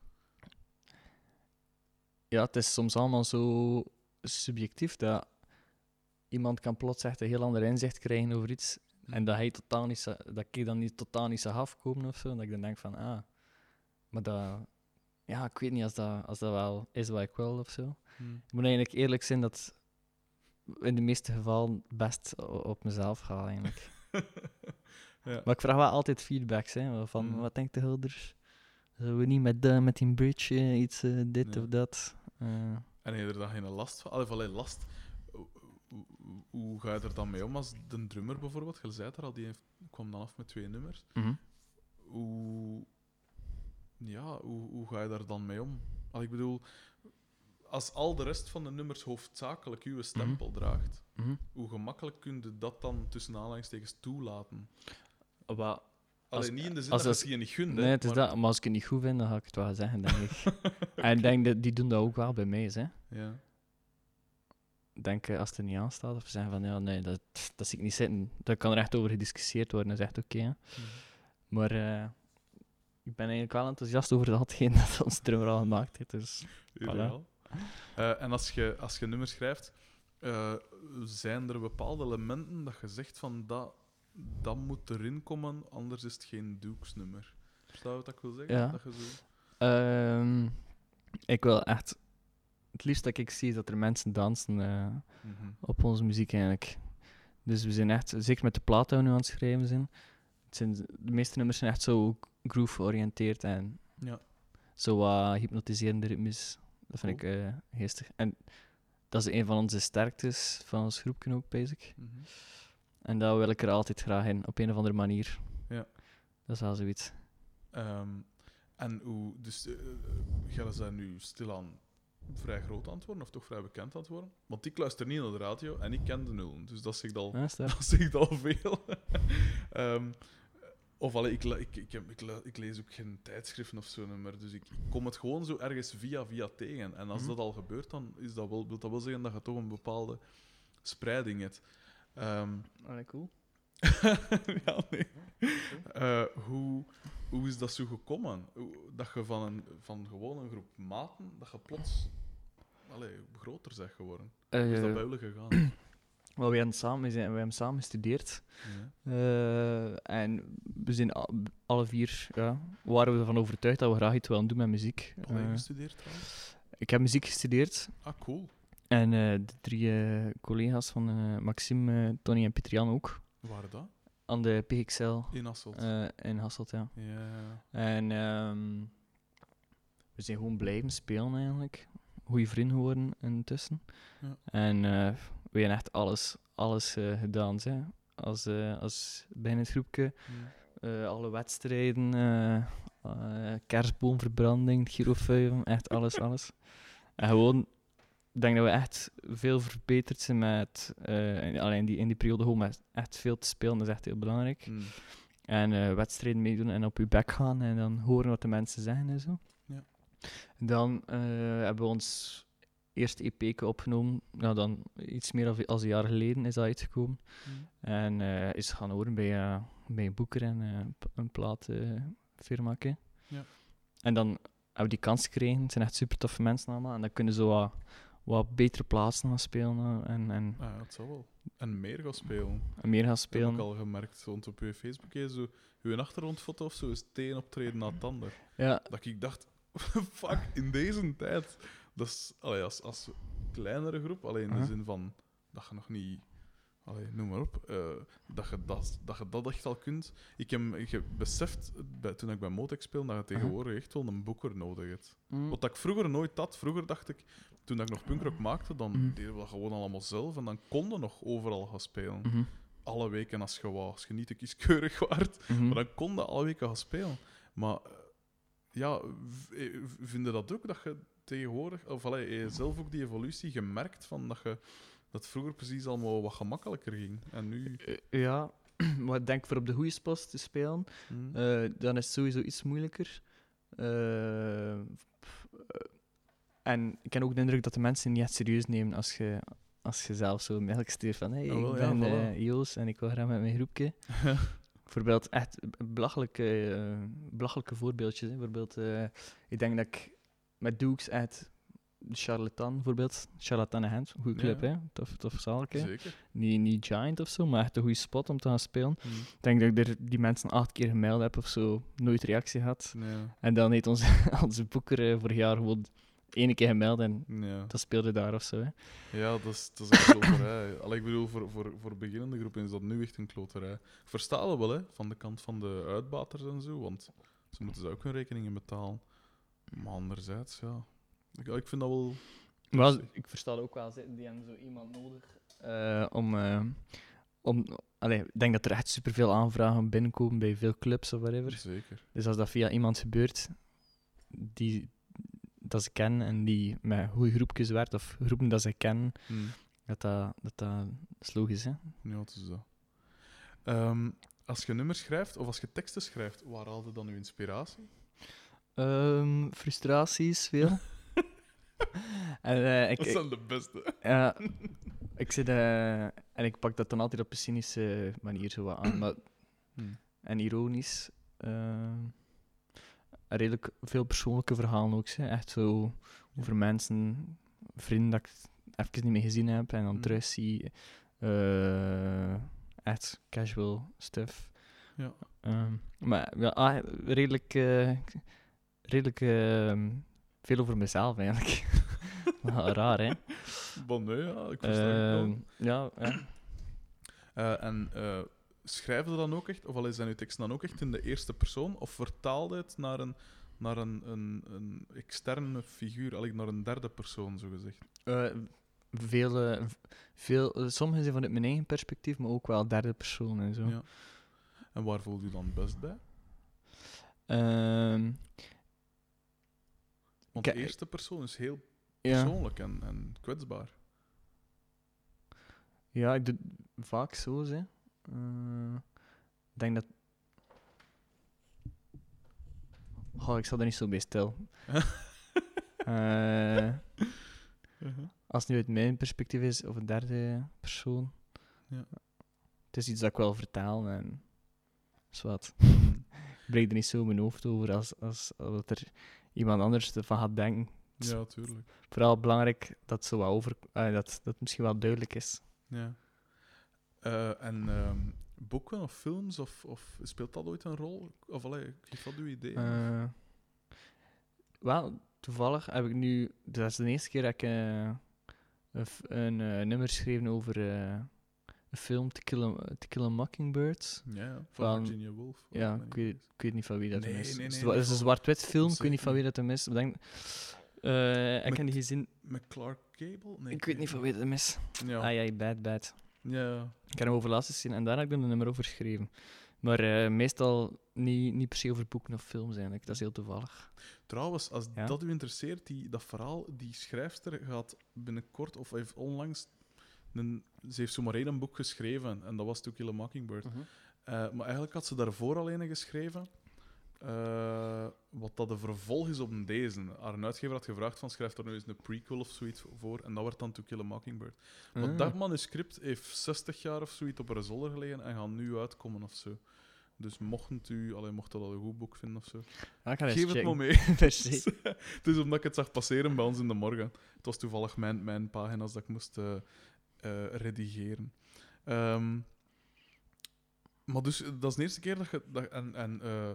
ja, het is soms allemaal zo subjectief dat iemand kan plots echt een heel ander inzicht krijgen over iets. Mm. En dat, hij totaal niet, dat ik dan niet totaal niet zou afkomen of zo. Dat ik dan denk van, ah, maar dat... Ja, ik weet niet als dat, als dat wel is wat ik wil of zo. Hmm. Ik moet eigenlijk eerlijk zijn dat in de meeste gevallen best op mezelf ga, eigenlijk. Ja. Maar ik vraag wel altijd feedbacks, hè, van hmm. wat denkt de Hulders? Zullen we niet met, uh, met die bridge uh, iets uh, dit ja. of dat? Uh. En heb je er dan geen last van? Allee, alleen last. Hoe, hoe, hoe ga je er dan mee om als de drummer bijvoorbeeld? Je zei het er al, die heeft, kwam dan af met twee nummers. Mm-hmm. Hoe... Ja, hoe, hoe ga je daar dan mee om? Al, ik bedoel, als al de rest van de nummers hoofdzakelijk uw stempel mm-hmm. draagt, mm-hmm. hoe gemakkelijk kun je dat dan tussen aanhalingstekens toelaten? Well, Alleen niet in de zin dat als, je je niet gunt. Nee, het is maar... dat, maar als ik het niet goed vind, dan ga ik het wel zeggen, denk ik. Okay. En ik denk dat die doen dat ook wel bij mij, hè. Ja. Ik denk, als het er niet aan staat, of ze zeggen van, ja, nee, dat, dat zie ik niet zitten. Daar kan er echt over gediscussieerd worden, dat is echt oké. Okay, mm-hmm. Maar... Uh, ik ben eigenlijk wel enthousiast over datgene dat ons drummer al gemaakt heeft. Dus, voilà. uh, en als je, als je nummers schrijft, uh, zijn er bepaalde elementen dat je zegt van dat, dat moet erin komen, anders is het geen Dukes nummer. Verstaan je wat ik wil zeggen? Ja. Dat je zo... Um, ik wil echt... Het liefst dat ik zie dat er mensen dansen uh, mm-hmm. op onze muziek eigenlijk. Dus we zijn echt, zeker met de plaat die we nu aan het schrijven zijn, het zijn de meeste nummers zijn echt zo groove georiënteerd en ja. zo wat uh, hypnotiserende ritmes. Dat vind cool. ik uh, geestig. En dat is een van onze sterktes van ons groepje ook, basic. Mm-hmm. En daar wil ik er altijd graag in, op een of andere manier. Ja. Dat is wel zoiets. Um, en hoe, dus uh, gaan ze nu stilaan vrij groot aan het worden, of toch vrij bekend aan het worden? Want ik luister niet naar de radio en ik ken de nul, dus dat zegt al, ja, dat zegt al veel. um, of allee, ik, ik, ik, ik, ik lees ook geen tijdschriften of zo, maar dus ik, ik kom het gewoon zo ergens via via tegen. En als mm-hmm. dat al gebeurt, dan is dat wel, wil dat wel zeggen dat je toch een bepaalde spreiding hebt. Um, Allee, cool. ja, nee. Uh, hoe, hoe is dat zo gekomen? Hoe, dat je van, een, van gewoon een groep maten, dat je plots allee, groter bent geworden? Hoe uh, is dat bij jullie gegaan? Well, we, hebben samen, we, zijn, we hebben samen gestudeerd. Ja. Uh, en we zijn al, alle vier, ja, waren we ervan overtuigd dat we graag iets willen doen met muziek. Wat heb je uh, gestudeerd trouwens? Ik heb muziek gestudeerd. Ah, cool. En uh, de drie uh, collega's van uh, Maxime, uh, Tony en Pieter-Jan ook. Waar waren dat? Aan de P X L. In Hasselt? Uh, in Hasselt, ja. Yeah. En um, we zijn gewoon blijven spelen eigenlijk. Goeie vrienden geworden intussen. Ja. En uh, we hebben echt alles, alles uh, gedaan. Hè. Als, uh, als bij het groepje. Ja. Uh, alle wedstrijden, uh, uh, kerstboomverbranding, girofuiven, echt alles, alles. En gewoon... Ik denk dat we echt veel verbeterd zijn met... Uh, alleen die, in die periode gewoon met echt veel te spelen, dat is echt heel belangrijk. Mm. En uh, wedstrijden meedoen en op je bek gaan en dan horen wat de mensen zeggen en zo. Ja. Dan uh, hebben we ons eerste E P'ke opgenomen. Nou, dan iets meer dan een jaar geleden is dat uitgekomen. Mm. En uh, is gaan horen bij, uh, bij een boeker en uh, een plaatfirma. Uh, ja. En dan hebben we die kans gekregen. Het zijn echt super toffe mensen allemaal. En dan kunnen ze wat... wat betere plaatsen gaan spelen. En, en ah, ja, dat zou wel. En meer gaan spelen. En meer gaan spelen. Dat heb ik al gemerkt. Want op je Facebook is zo... Je achtergrondfoto of zo is het een optreden na het ander. Ja. Dat ik dacht... Fuck, in deze tijd... Dat is... Allee, als, als kleinere groep, alleen in de uh-huh. zin van... Dat je nog niet... Allee, noem maar op. Uh, dat, je dat, dat je dat echt al kunt. Ik heb, ik heb beseft, bij, toen ik bij Motex speelde, dat je tegenwoordig echt wel een boeker nodig hebt. Mm. Wat ik vroeger nooit had. Vroeger dacht ik... Toen ik nog punkrock maakte, dan mm. deden we dat gewoon allemaal zelf. En dan konden nog overal gaan spelen. Mm-hmm. Alle weken als je wou. Als je niet te kieskeurig waart. Mm-hmm. Maar dan konden alle weken gaan spelen. Maar ja, v- vind je dat ook? Dat je tegenwoordig... Of allee, je zelf ook die evolutie gemerkt van dat je... Dat vroeger precies allemaal wat gemakkelijker ging. En nu... Uh, ja, maar ik denk voor op de goede spot te spelen, mm. uh, dan is het sowieso iets moeilijker. Uh, pff, uh, en ik heb ook de indruk dat de mensen niet echt serieus nemen als je, als je zelf zo melk stuurt van hey, oh, ik ben ja, uh, Joost en ik wil graag met mijn groepje. Bijvoorbeeld echt belachelijke, uh, belachelijke voorbeeldjes. Hè. Bijvoorbeeld, uh, ik denk dat ik met Dukes uit Charlatan bijvoorbeeld, Charlatan en Hand, goede club, ja. Hè? Tof, tof zaalke. Zeker. Niet, niet Giant of zo, maar echt een goede spot om te gaan spelen. Hmm. Ik denk dat ik er die mensen acht keer gemaild heb of zo, nooit reactie had. Ja. En dan heeft onze, onze boeker uh, vorig jaar gewoon één keer gemeld en ja. dat speelde daar of zo. Hè. Ja, dat is, dat is een kloterij. Allee, ik bedoel, voor, voor, voor beginnende groepen is dat nu echt een kloterij. Ik versta dat wel, hè, van de kant van de uitbaters en zo, want ze moeten ze ook hun rekeningen betalen. Maar anderzijds, ja... Ik, ik vind dat wel... Maar ik versta ook wel, die hebben zo iemand nodig uh, om... Uh, om allee, ik denk dat er echt superveel aanvragen binnenkomen bij veel clubs of whatever. Zeker. Dus als dat via iemand gebeurt die dat ze kennen en die met goede groepjes werkt, of groepen dat ze kennen, hmm. dat, dat, dat dat is logisch, hè? Ja, het is dat. Um, als je nummers schrijft, of als je teksten schrijft, waar haal je dan je inspiratie? Um, frustraties, veel. en, uh, ik, dat zijn de beste. Ja, uh, ik zit... Uh, en ik pak dat dan altijd op een cynische manier zo wat aan. Maar, hmm. En ironisch. Uh, redelijk veel persoonlijke verhalen ook. Hè. Echt zo over mensen, vrienden dat ik even niet meer gezien heb. En dan hmm. terug zie. Uh, echt casual stuff. Ja. Um, maar ja, ah, redelijk... Uh, redelijk uh, veel over mezelf, eigenlijk. Raar, hè? Bon, nee, ja, ik versta uh, het wel. Ja, ja. Uh, en uh, schrijf je dan ook echt, of al zijn uw teksten dan ook echt in de eerste persoon, of vertaal je het naar een, naar een, een, een externe figuur, eigenlijk naar een derde persoon, zogezegd? Uh, veel, uh, veel, uh, sommige zijn vanuit mijn eigen perspectief, maar ook wel derde persoon en zo. Ja. En waar voelt u dan het best bij? Um, Want de eerste persoon is heel persoonlijk ja. en, en kwetsbaar. Ja, ik doe het vaak zo, hè. Uh, ik denk dat... Oh, ik sta er niet zo bij stil. uh, uh-huh. Als het nu uit mijn perspectief is, of een derde persoon... Ja. Het is iets dat ik wel vertaal en... Zwat. Ik breek er niet zo mijn hoofd over als, als, als dat er iemand anders ervan gaat denken. Ja, tuurlijk. Vooral belangrijk dat het zo wat over... Uh, dat, dat het misschien wel duidelijk is. Ja. Uh, en um, boeken of films, of, of speelt dat ooit een rol? Of allee, geef dat uw idee? Uh, wel, toevallig heb ik nu... Dat is de eerste keer dat ik uh, een, een uh, nummer schreef over uh, een film, To Kill a, To Kill a Mockingbird. Ja, ja, van, van Virginia Woolf. Ja, ik weet, ik weet niet van wie dat nee, is. Nee, nee, het is, nee, het is een zwart-wit film, ik weet niet van wie niet. dat is. Ik denk... Uh, ik heb die gezien... Met Clark Gable? Nee, ik weet niet van wie dat is. Ja. Ah ja, bad, bad. Ja. Ik heb hem over laatst gezien en daar heb ik dan een nummer over geschreven. Maar uh, meestal niet, niet per se over boeken of films eigenlijk. Dat is heel toevallig. Trouwens, als ja? dat u interesseert, die, dat verhaal, die schrijfster gaat binnenkort, of heeft onlangs, een, ze heeft zomaar één boek geschreven en dat was To Kill a Mockingbird. Uh-huh. Uh, maar eigenlijk had ze daarvoor al een geschreven. Uh, wat dat een vervolg is op deze. Haar uitgever had gevraagd van schrijf er nu eens een prequel of zoiets voor en dat werd dan To Kill a Mockingbird. Maar mm. dat manuscript heeft zestig jaar of zoiets op haar zolder gelegen en gaat nu uitkomen of zo. Dus mocht u, allee, mocht dat al een goed boek vinden of zo, ah, geef het maar mee. Het is omdat ik het zag passeren bij ons in de morgen. Het was toevallig mijn, mijn pagina's dat ik moest uh, uh, redigeren. Um, maar dus, dat is de eerste keer dat je... Dat, en, en, uh,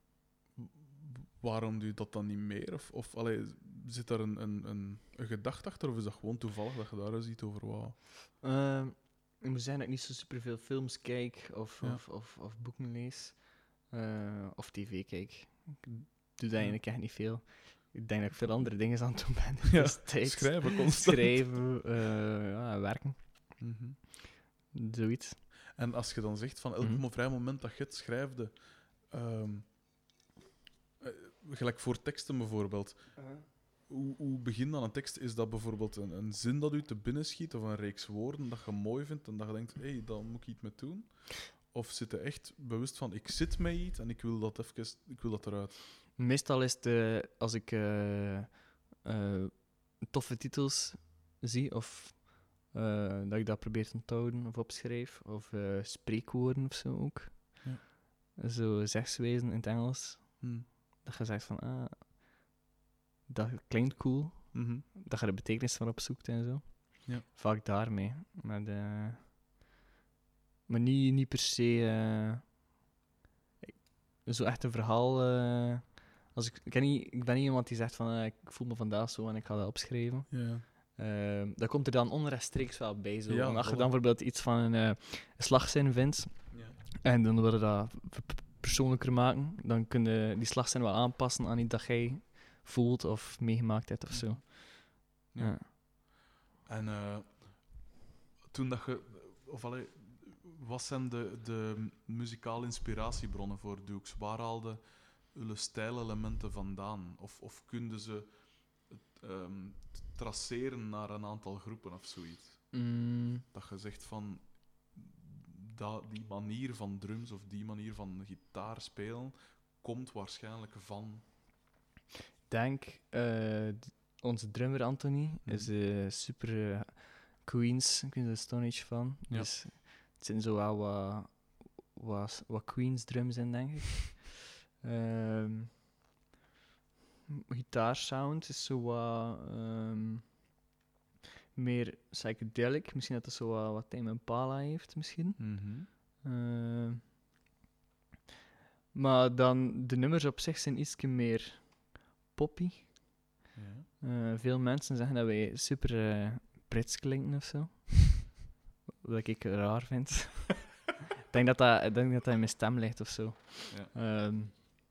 waarom doe je dat dan niet meer? Of, of allee, zit daar een, een, een, een gedachte achter? Of is dat gewoon toevallig dat je daar eens iets over wou? Uh, ik moet zeggen dat ik niet zo superveel films kijk of, ja. of, of, of boeken lees. Uh, of tv kijk. Ik doe dat eigenlijk echt niet veel. Ik denk dat ik veel andere dingen aan het doen ben. Ja, dus tijd, schrijven, constant. Schrijven, uh, ja, werken. Mm-hmm. Zoiets. En als je dan zegt van elk mm-hmm. vrij moment dat je het schrijfde... Um, gelijk voor teksten bijvoorbeeld. Uh-huh. Hoe, hoe begint dan een tekst? Is dat bijvoorbeeld een, een zin dat u te binnen schiet of een reeks woorden dat je mooi vindt en dat je denkt, hé, hey, daar moet ik iets mee doen? Of zit je echt bewust van, ik zit met iets en ik wil dat even, ik wil dat eruit? Meestal is het, uh, als ik uh, uh, toffe titels zie of uh, dat ik dat probeer te onthouden of opschrijf of uh, spreekwoorden of zo ook. Ja. Zo zegswezen in het Engels. Hmm. Dat je zegt van, ah, dat klinkt cool. Mm-hmm. Dat je de betekenis van opzoekt en zo. Ja. Vaak daarmee. Maar, de, maar niet, niet per se... Uh, zo echt een verhaal... Uh, als ik, ik, kan niet, ik ben niet iemand die zegt van, uh, ik voel me vandaag zo en ik ga dat opschrijven. Ja. Uh, dat komt er dan onrechtstreeks wel bij. Zo. Ja, en als voilà. je dan bijvoorbeeld iets van een, uh, een slagzin vindt, ja. en dan wil je dat persoonlijker maken, dan kun je die slagzin wel aanpassen aan iets dat jij voelt of meegemaakt hebt of zo. Ja. Ja. En uh, toen dat je... Of allee, wat zijn de, de muzikale inspiratiebronnen voor Dukes? Waar haalde jullie stijlelementen vandaan? Of, of konden ze het, um, traceren naar een aantal groepen of zoiets? Mm. Dat je zegt van... Dat, die manier van drums of die manier van gitaar spelen komt waarschijnlijk van... Ik denk, uh, d- onze drummer Anthony mm. is uh, super uh, Queens, ik ben er Stone Age van. Ja. Dus het zijn zo wel wat, wat, wat Queens drums in, denk ik. um, gitaarsound is zo wat um, meer psychedelic. Misschien dat het zo wat, wat Tame Impala heeft, misschien. Mm-hmm. Uh, maar dan, de nummers op zich zijn iets meer poppy. Ja. Uh, veel mensen zeggen dat wij super uh, Brits klinken of zo. Wat ik raar vind. Ik denk dat dat, ik denk dat dat in mijn stem ligt of zo. Ja. Um,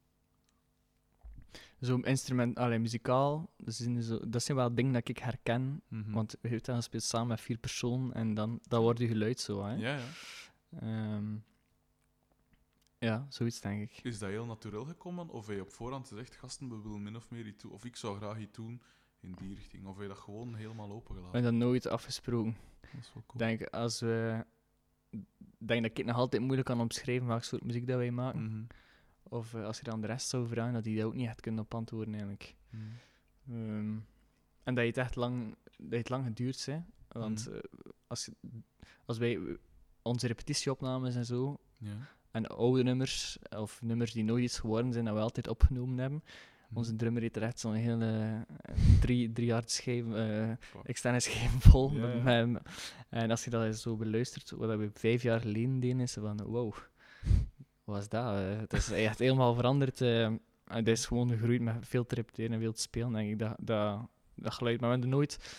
Zo'n instrument, allee, muzikaal, zijn zo, dat zijn wel dingen dat ik herken. Mm-hmm. Want je hebt dan speelt samen met vier personen en dan dat wordt je geluid zo. Hè? Ja, ja. Um, ja, zoiets denk ik. Is dat heel natuurlijk gekomen? Of heb je op voorhand gezegd, gasten, we willen min of meer iets doen, of ik zou graag iets doen in die richting? Of heb je dat gewoon helemaal opengelaten? Ik heb dat nooit afgesproken. Dat is wel cool. Denk, als we, denk dat ik het nog altijd moeilijk kan omschrijven welke soort muziek dat wij maken. Mm-hmm. Of uh, als je dan de rest zou vragen, dat die dat ook niet echt kunnen op antwoorden eigenlijk. Mm. Um, en dat je het echt lang, dat je het lang geduurd hè. Want mm. uh, als, als wij onze repetitieopnames en zo, ja. en oude nummers, of nummers die nooit iets geworden zijn, dat we altijd opgenomen hebben. Mm. Onze drummer heeft er echt zo'n hele uh, drie, drie hard schijf, uh, externe schijven vol. Ja, ja. Met, met, en als je dat zo beluistert, wat we vijf jaar geleden deden, is van wow. Wat was dat? Uh, het is echt helemaal veranderd. Uh, het is gewoon gegroeid met veel te repeteren en veel te spelen, denk ik. Dat, dat, dat geluid. Maar we hebben er nooit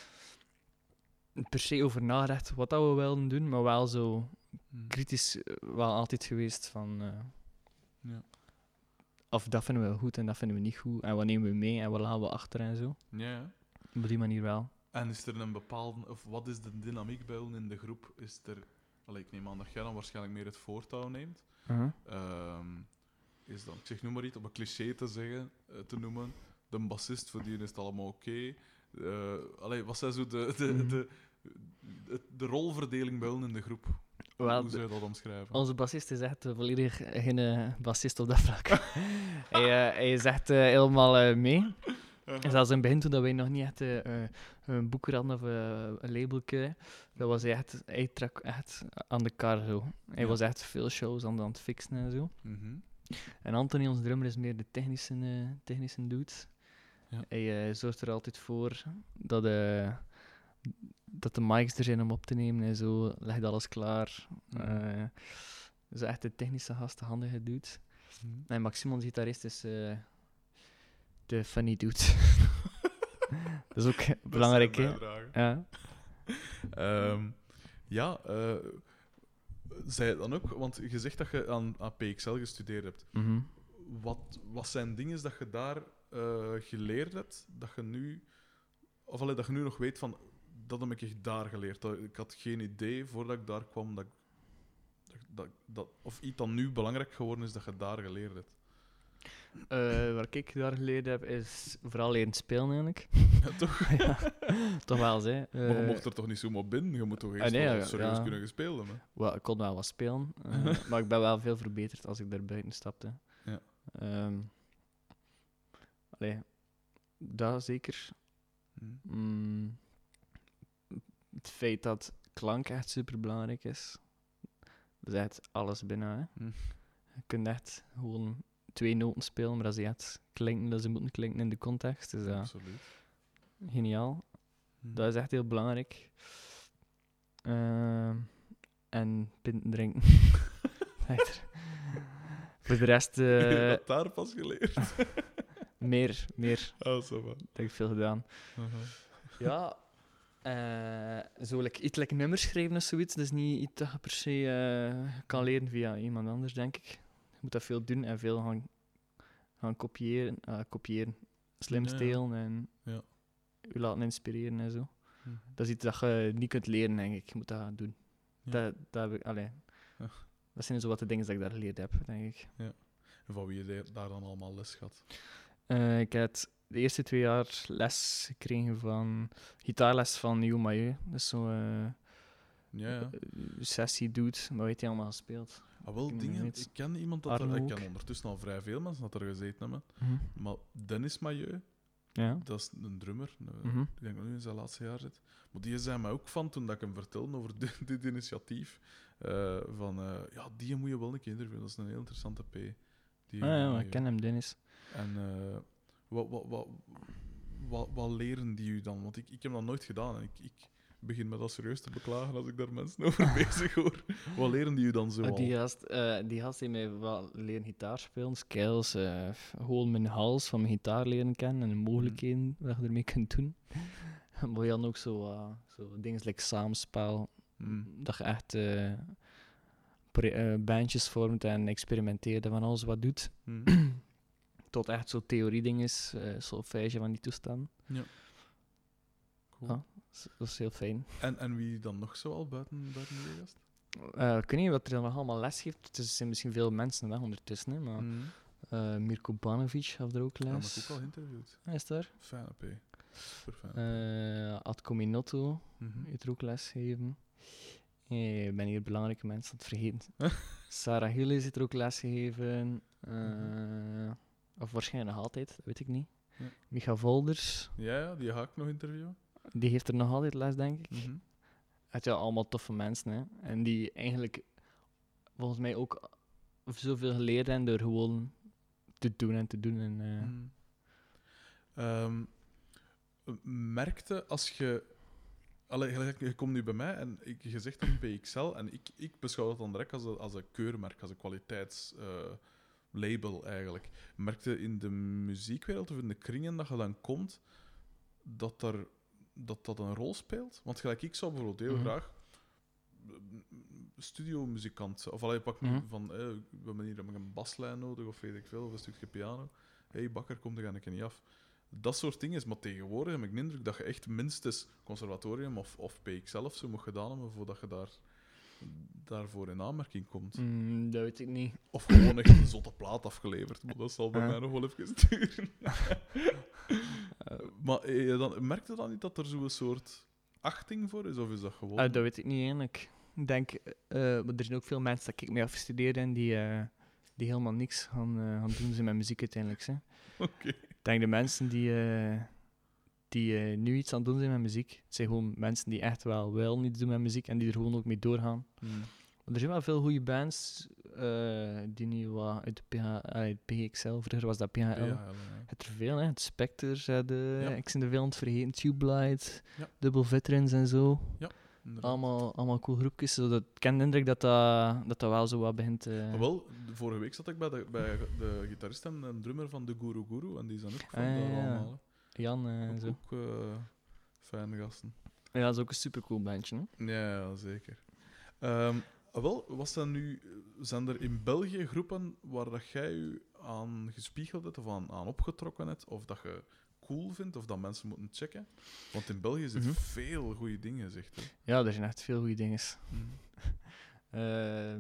per se over nagedacht wat dat we wilden doen, maar wel zo hmm. kritisch uh, wel altijd geweest van... Uh, ja. Of dat vinden we goed en dat vinden we niet goed. En wat nemen we mee en wat laten we achter en zo. Ja, ja. Op die manier wel. En is er een bepaalde... Of wat is de dynamiek bij ons in de groep? Is er... Allee, ik neem aan dat jij dan waarschijnlijk meer het voortouw neemt. Uh-huh. Um, is dan, ik zeg noem maar iets, om een cliché te zeggen, uh, te noemen, de bassist, voor die is het allemaal oké. Okay. Uh, allee, wat zijn zo de, de, mm. de, de, de rolverdeling bij ons in de groep? Wel, hoe zou je dat omschrijven? Onze bassist is echt uh, volledig geen uh, bassist op dat vlak. hij, uh, hij is echt uh, helemaal uh, mee. Uh-huh. Zelfs in het begin, toen dat wij nog niet echt uh, uh, een boeker hadden of uh, een labelke, dat was hij echt, hij trok echt aan de kar zo. Hij ja. was echt veel shows aan, aan het fixen en zo. Mm-hmm. En Anthony, onze drummer, is meer de technische, uh, technische dude. Ja. Hij uh, zorgt er altijd voor dat, uh, dat de mics er zijn om op te nemen en zo. Legt alles klaar. Mm-hmm. Uh, dus echt de technische gast, de handige dude. Mm-hmm. En Maxime, onze gitarist, is... Uh, de funny dude. Dat is ook dat belangrijk, hè? Ja. um, ja, uh, zij dan ook, want je zegt dat je aan, aan P X L gestudeerd hebt. Mm-hmm. Wat, wat zijn dingen dat je daar uh, geleerd hebt, dat je nu, of allee, dat je nu nog weet van, dat heb ik echt daar geleerd. Dat, ik had geen idee voordat ik daar kwam, dat, dat, dat, dat, of iets dat nu belangrijk geworden is, dat je daar geleerd hebt. Uh, wat ik daar geleerd heb, is vooral leren spelen eigenlijk. Ja, toch? Ja, toch wel, hè. Uh, maar je mocht er toch niet zomaar binnen? Je moet toch eerst uh, nee, wel serieus ja. kunnen gespeeld hebben? Well, ik kon wel wat spelen, uh, maar ik ben wel veel verbeterd als ik daar buiten stapte. Ja. Um, allee, dat zeker. Hmm. Mm, het feit dat klank echt super belangrijk is, dat is echt alles binnen. Hè. Hmm. Je kunt echt gewoon twee noten spelen, maar als ze echt klinken, dat ze moeten klinken in de context. Dus, uh, absoluut. Geniaal. Hmm. Dat is echt heel belangrijk. Uh, en pinten drinken. Voor de rest... Uh, Heb je dat daar pas geleerd? meer, meer. Oh, zo van. Dat heb ik veel gedaan. Uh-huh. Ja, uh, zo like, iets like nummers schrijven of zoiets, dat is niet iets dat je per se uh, kan leren via iemand anders, denk ik. Je moet dat veel doen en veel gaan, gaan kopiëren, uh, kopiëren, slim ja, stelen en ja. je laten inspireren en zo. Mm-hmm. Dat is iets dat je niet kunt leren, denk ik. Je moet dat doen. Ja. Dat, dat, heb ik, allee, ja. dat zijn zo wat de dingen dat ik daar geleerd heb, denk ik. Ja. En van wie je daar dan allemaal les gehad? Uh, ik heb de eerste twee jaar les gekregen van gitaarles van Nieuw Mailleu. Dat is zo'n uh, ja, ja. sessie dude, maar weet je allemaal gespeeld. Ah, wel, ik dingen. Ik ken iemand dat er, ik ken ondertussen al vrij veel mensen dat er gezeten hebben. Mm-hmm. Maar Dennis Mailleu, ja. dat is een drummer. Een, mm-hmm. Ik denk dat hij nu in zijn laatste jaar zit. Maar die zei mij ook van toen dat ik hem vertelde over dit, dit initiatief. Uh, van uh, ja, die moet je wel een keer interviewen. Dat is een heel interessante P. Die, ah, ja, maar ik ken hem, Dennis. En uh, wat, wat, wat, wat, wat leren die u dan? Want ik, ik heb dat nooit gedaan. En ik, ik begin me dat serieus te beklagen als ik daar mensen over bezig hoor. Wat leren die u dan zo Uh, al? die gast, uh, die gast die mij wel leren gitaar spelen, scales, uh, gewoon mijn hals van mijn gitaar leren kennen en de mogelijkheden mm. wat je ermee kunt doen. Maar je dan ook zo, uh, zo dingen like samenspel, mm. dat je echt uh, pre- uh, bandjes vormt en experimenteert en van alles wat doet. Mm. Tot echt zo theorie-dingen, uh, solfège van die toestanden. Ja. Cool. Ja, dat is heel fijn. En, en wie dan nog zo al buiten, buiten de gast? Uh, ik weet niet wat er dan nog allemaal les geeft. Er zijn misschien veel mensen weg ondertussen, hè, maar mm. uh, Mirko Banovic heeft er ook les. Ja, maar ik ook al geïnterviewd. Ah, is het daar? Fijne P. Super fijn. Uh, Atko Minotto mm-hmm. heeft er ook les gegeven. Hey, ik ben hier belangrijke mensen aan het vergeten. Sarah Gillis heeft er ook les gegeven. Uh, mm-hmm. Of waarschijnlijk nog altijd, dat weet ik niet. Ja. Micha Volders. Ja, ja, die ga ik nog interviewen. Die heeft er nog altijd les, denk ik. Mm-hmm. Het zijn allemaal toffe mensen, hè. En die eigenlijk volgens mij ook zoveel geleerd hebben door gewoon te doen en te doen. En, uh... mm. um, merkte als je... Allee, je komt nu bij mij en ik, je zegt dan P X L en ik, ik beschouw dat dan direct als een, als een keurmerk, als een kwaliteitslabel uh, eigenlijk. Merkte in de muziekwereld of in de kringen dat je dan komt, dat er... dat dat een rol speelt? Want gelijk ik zou bijvoorbeeld heel mm-hmm. graag studiomuzikant of allee, pak mm-hmm. van eh, we hebben hier een baslijn nodig of weet ik veel, of een stukje piano. Hé, hey, bakker, kom, daar ga ik er niet af. Dat soort dingen is, maar tegenwoordig heb ik de indruk dat je echt minstens conservatorium of, of P X L of zo moet gedaan hebben voordat je daar, daarvoor in aanmerking komt. Mm, dat weet ik niet. Of gewoon echt een zotte plaat afgeleverd, maar dat zal bij uh. mij nog wel even duren. Uh, maar eh, dan, merkte dan niet dat er zo'n soort achting voor is, of is dat gewoon... Uh, dat weet ik niet eigenlijk. Ik denk, uh, er zijn ook veel mensen dat ik mee afgestudeerd en die, uh, die helemaal niks gaan, uh, gaan doen met muziek uiteindelijk. Oké. Okay. Ik denk de mensen die, uh, die uh, nu iets aan het doen zijn met muziek, het zijn gewoon mensen die echt wel wel iets doen met muziek en die er gewoon ook mee doorgaan. Hmm. Er zijn wel veel goede bands uh, die nu wat uit de P H, uh, P X L, vroeger was dat P H L. Ja, ja, ja. Het er veel, hè. Het Spectre, de, ja. ik ben er veel aan het vergeten, Tube Light, ja. Double Veterans en zo. Ja, allemaal, allemaal cool groepjes. Zodat, ik ken de indruk dat dat, dat dat wel zo wat begint... Uh... Ah, wel, vorige week zat ik bij de, bij de gitarist en een drummer van de Guru Guru en die zijn ook van ah, daar ja. allemaal. Hè. Jan en uh, zo. Ook uh, fijne gasten. Ja, dat is ook een supercool bandje, hè? Ja, ja zeker. Um, Wel, was dat nu, zijn er in België groepen waar dat jij je aan gespiegeld hebt of aan, aan opgetrokken hebt, of dat je cool vindt, of dat mensen moeten checken? Want in België zitten mm-hmm. veel goede dingen, zegt hij. Ja, er zijn echt veel goede dingen. Mm. uh,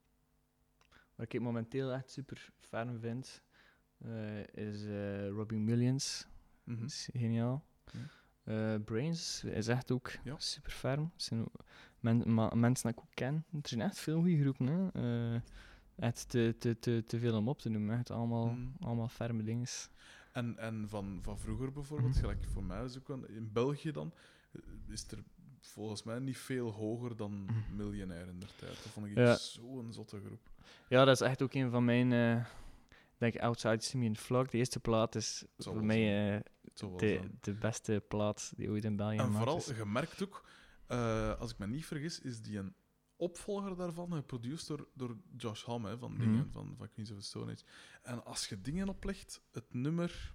wat ik momenteel echt super fan vind, uh, is uh, Robbing Millions. Mm-hmm. Dat is geniaal. Mm. Uh, Brains is echt ook ja. super ferm. Zijn men, ma, mensen die ik ook ken. Er zijn echt veel goede groepen. Hè. Uh, echt te, te, te, te veel om op te noemen. Echt allemaal, mm. allemaal ferme dingen. En, en van, van vroeger bijvoorbeeld, mm. gelijk voor mij is ook wel, in België dan, is er volgens mij niet veel hoger dan mm. Miljonair in der tijd. Dat vond ik ja. zo'n zotte groep. Ja, dat is echt ook een van mijn... Uh, denk Outside Simeon Flock. De eerste plaat is voor zijn. mij uh, de, de beste plaat die ooit in België en gemaakt vooral, is. je merkt ook, uh, als ik me niet vergis, is die een opvolger daarvan, geproduceerd door, door Josh Homme, hè, van, dingen, mm-hmm. van, van Queens of the Stone Age. En als je dingen oplegt, het nummer...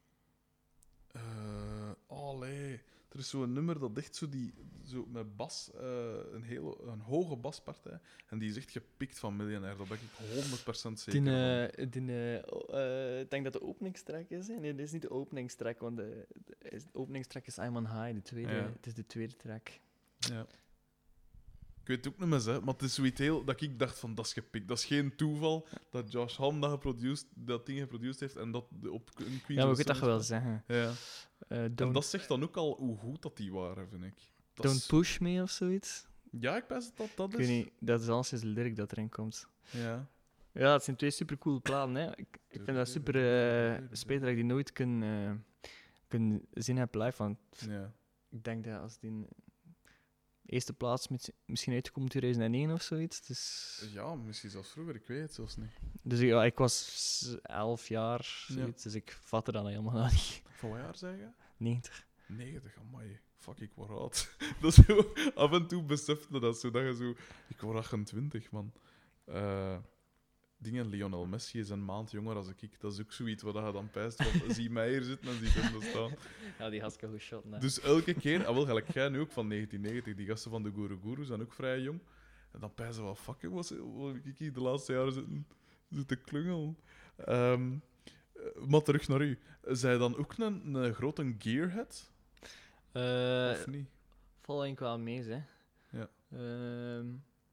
Uh, allee... Er is zo'n nummer dat echt zo, die, zo met bas, uh, een, hele, een hoge baspartij, en die is echt gepikt van Miljonair. Dat ben ik honderd procent zeker die, uh, die, uh, uh, ik denk dat de openingstrack is. Hè? Nee, dit is niet de openingstrack, want de, de, de openingstrack is I'm on High, de tweede, ja. Het is de tweede track. Ja. Ik weet het ook niet meer, hè, maar het is zoiets heel dat ik dacht van, dat is gepikt. Dat is geen toeval dat Josh Homme dat, dat ding geproduceerd heeft en dat op een Queen. Ja, we kunnen dat wel zeggen. Ja. Uh, en dat zegt dan ook al hoe goed dat die waren, vind ik. Dat don't is... Push Me of zoiets. Ja, ik weet dat dat ik is. Weet niet, dat is alles de lyric dat erin komt. Ja. Ja, het zijn twee supercoole platen. Hè. Ik, ik vind dat super uh, spijtig dat ik die nooit kan, uh, kan zien heb live. Want ja. ik denk dat als die eerste plaats met, misschien uitkomt in tweeduizend één of zoiets. Dus... Ja, misschien zelfs vroeger, ik weet het zelfs niet. Dus ja, ik was elf jaar, zoiets, ja. Dus ik vatte dat helemaal niet. Van wat jaar zeg je? negentig. negentig, amai. fuck, ik word oud. Dat is zo, af en toe besefte dat zo, dat je zo... Ik word achtentwintig, man. Uh, dingen, Lionel Messi is een maand jonger als ik. Dat is ook zoiets wat je dan pijst van, zie mij hier zitten en zie hem er staan. Ja, die gasten goed shot, nee. Dus elke keer, ah, wel, gelijk jij nu ook van negentien negentig, die gasten van de Guru Guru zijn ook vrij jong. En dan pijzen ze wel, fuck, wat heb ik hier de laatste jaren zitten, zitten klungelen. Um, maar terug naar u. Zij dan ook een, een grote gearhead? Uh, of niet? Val ik wel mee, hè. Ja. Uh,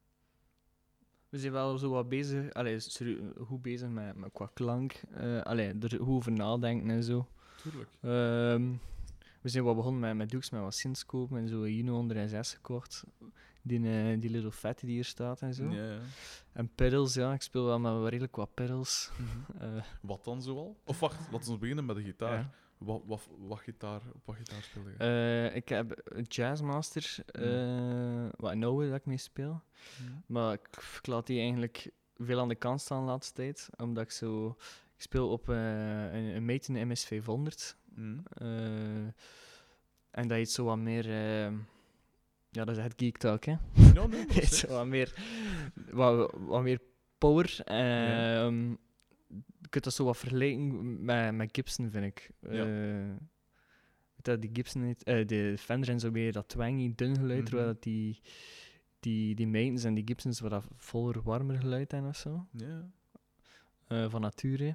we zijn wel zo wat bezig, allee, goed bezig met, met qua klank. Uh, allee, er goed over nadenken en zo. Tuurlijk. Uh, we zijn wat begonnen met, met doeks, met wat synths kopen en zo een Juno honderdzes gekocht. Die, uh, die Little Fatty die hier staat en zo. Ja, ja. En pedals, ja, ik speel wel met redelijk wat pedals. Mm-hmm. Uh, wat dan zoal? Of wacht, laten we beginnen met de gitaar. Ja. Wat, wat, wat gitaar, op wat gitaar speel je? Uh, ik heb een Jazzmaster, uh, mm. wat een oude dat ik mee speel. Mm. Maar ik, ik laat die eigenlijk veel aan de kant staan de laatste tijd. Omdat ik zo... Ik speel op uh, een, een Maton M S vijfhonderd. Mm. Uh, en dat is zo wat meer... Uh, ja, dat is het geek talk, hè? No, nee, dat is wat meer, wat, wat meer power. Uh, ja. um, je kunt dat zo wat vergelijken met, met Gibson, vind ik. Ja. Uh, weet dat, die Gibson, niet, uh, de Fender en zo weer dat twangy, dun geluid, mm-hmm. terwijl dat die, die, die Matons en die Gibsons wat dat voller, warmer geluid zijn of zo. Ja. Uh, van nature.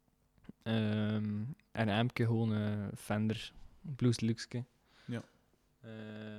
Um, en Amke gewoon uh, Fender, Blues Deluxe. Ja. Uh,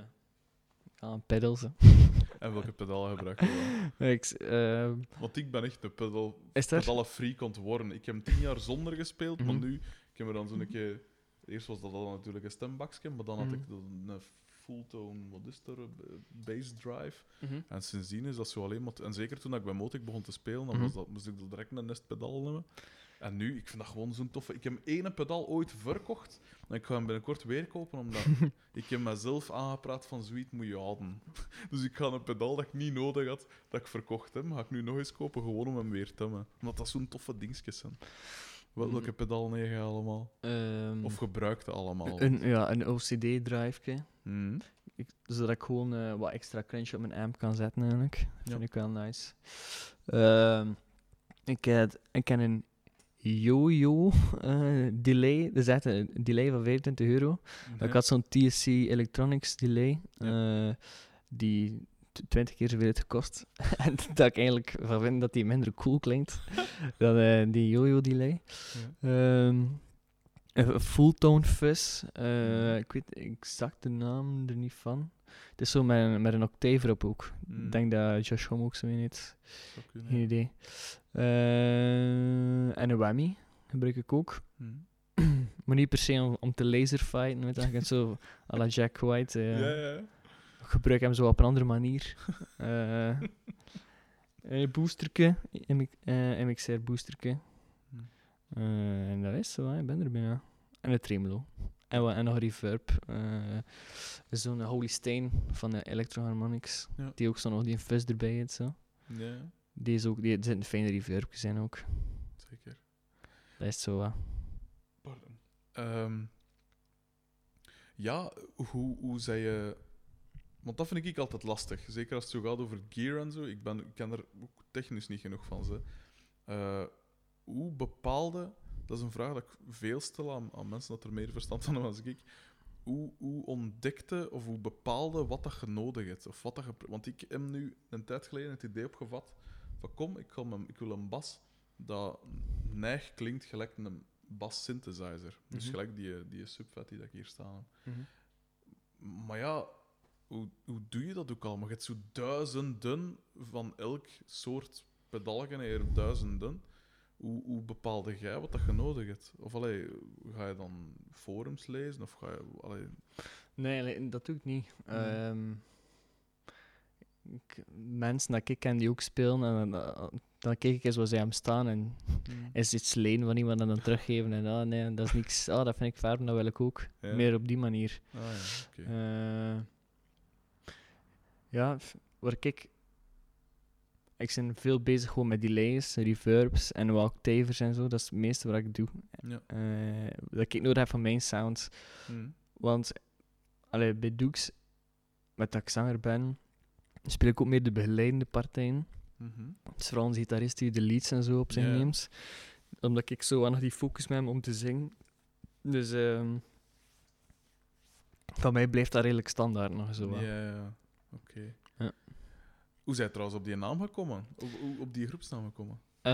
Ja, pedals. Hè. En welke pedalen gebruik je dan? ik, uh... Want ik ben echt een pedal, pedalen-freak ontworpen. Ik heb tien jaar zonder gespeeld, mm-hmm. maar nu... Ik heb er dan zo'n keer... Eerst was dat al natuurlijk een stembakje, maar dan had mm-hmm. ik een full-tone, wat is er, bass drive. Mm-hmm. En sindsdien is dat zo alleen maar... En zeker toen ik bij Motic begon te spelen, dan mm-hmm. was dat, moest ik er direct een nest pedaal nemen. En nu, ik vind dat gewoon zo'n toffe... Ik heb één pedaal ooit verkocht. En ik ga hem binnenkort weer kopen, omdat ik heb mezelf aangepraat van zoiets moet je houden. Dus ik ga een pedaal dat ik niet nodig had, dat ik verkocht heb, ga ik nu nog eens kopen, gewoon om hem weer te hebben. Omdat dat zo'n toffe dingetjes zijn. Welke pedaal neem je allemaal? Um, of gebruikte allemaal? Een, ja, een O C D-drive. Mm. Zodat ik gewoon uh, wat extra crunch op mijn amp kan zetten, eigenlijk. Dat ja. vind ik wel nice. Um, ik, heb, ik ken een Yo-Yo uh, delay. Dat is echt een delay van vijfentwintig euro. Nee. Ik had zo'n T S C Electronics delay. Ja. Uh, die twintig keer zoveel heeft gekost. En dat ik eigenlijk van vind dat die minder cool klinkt dan uh, die Yo-Yo delay. Ja. Um, een full-tone fuzz. Uh, ik weet exact de naam er niet van. Het is zo met een, met een octave erop ook. Mm. Ik denk dat Josh Homme ook zo in heeft. Geen idee. Uh, en een whammy gebruik ik ook. Mm. Maar niet per se om, om te laserfighten. Weet je, zo à la Jack White. Uh, ja, ja. Ik gebruik hem zo op een andere manier. uh, een boosterke. M X R boosterke. Mm. Uh, en dat is zo, hè. Ik ben er bijna. En een tremolo. En, en nog een reverb. Uh, Zo'n Holy Stain van de Electro Harmonix. Ja. Die ook zo nog die fuzz erbij heeft. Zo. Ja. Die is ook, die zitten fijne reverbjes in ook. Zeker. Dat is zo, hè. Pardon. Um, ja, hoe, hoe zei je... Want dat vind ik altijd lastig. Zeker als het zo gaat over gear en zo. Ik, ben, ik ken er ook technisch niet genoeg van. Ze. Uh, hoe bepaalde... Dat is een vraag dat ik veel stel aan, aan mensen dat er meer verstand van hebben als ik. Hoe, hoe ontdekte of hoe bepaalde wat dat je nodig hebt? Of wat dat je, want ik heb nu een tijd geleden het idee opgevat van kom, ik, ga mijn, ik wil een bas dat neig klinkt gelijk een bas synthesizer. Mm-hmm. Dus gelijk die, die subfat die ik hier staan heb. Mm-hmm. Maar ja, hoe, hoe doe je dat ook al? Maar je hebt zo duizenden van elk soort pedalgen en je hebt duizenden. Hoe, hoe bepaalde jij wat dat je nodig hebt? Of allee, ga je dan forums lezen? Of ga je, allee... Nee, allee, dat doe ik niet. Mm. Um, ik, mensen dat ik ken die ook spelen, en dan, dan kijk ik eens waar zij hem staan en mm. is iets lenen van iemand en dan teruggeven. En ah, nee, dat is niks. Ah, dat vind ik verder, dat wil ik ook. Ja. Meer op die manier. Ah, ja, okay. uh, ja, waar ik... Ik ben veel bezig gewoon met delays, reverbs en wat octavers en zo. Dat is het meeste wat ik doe. Ja. Uh, dat ik nodig heb van mijn sound. Mm. Want allee, bij Dukes, met dat ik zanger ben, speel ik ook meer de begeleidende partijen. Mm-hmm. Het is vooral een gitarist die de leads en zo op zich Yeah. neemt. Omdat ik zo aan nog die focus met hem om te zingen. Dus um, van mij blijft dat redelijk standaard nog zo. Ja, ja, ja. Oké. Okay. Ja. Hoe zijn je trouwens op die naam gekomen? Op, op die groepsnaam gekomen? Uh,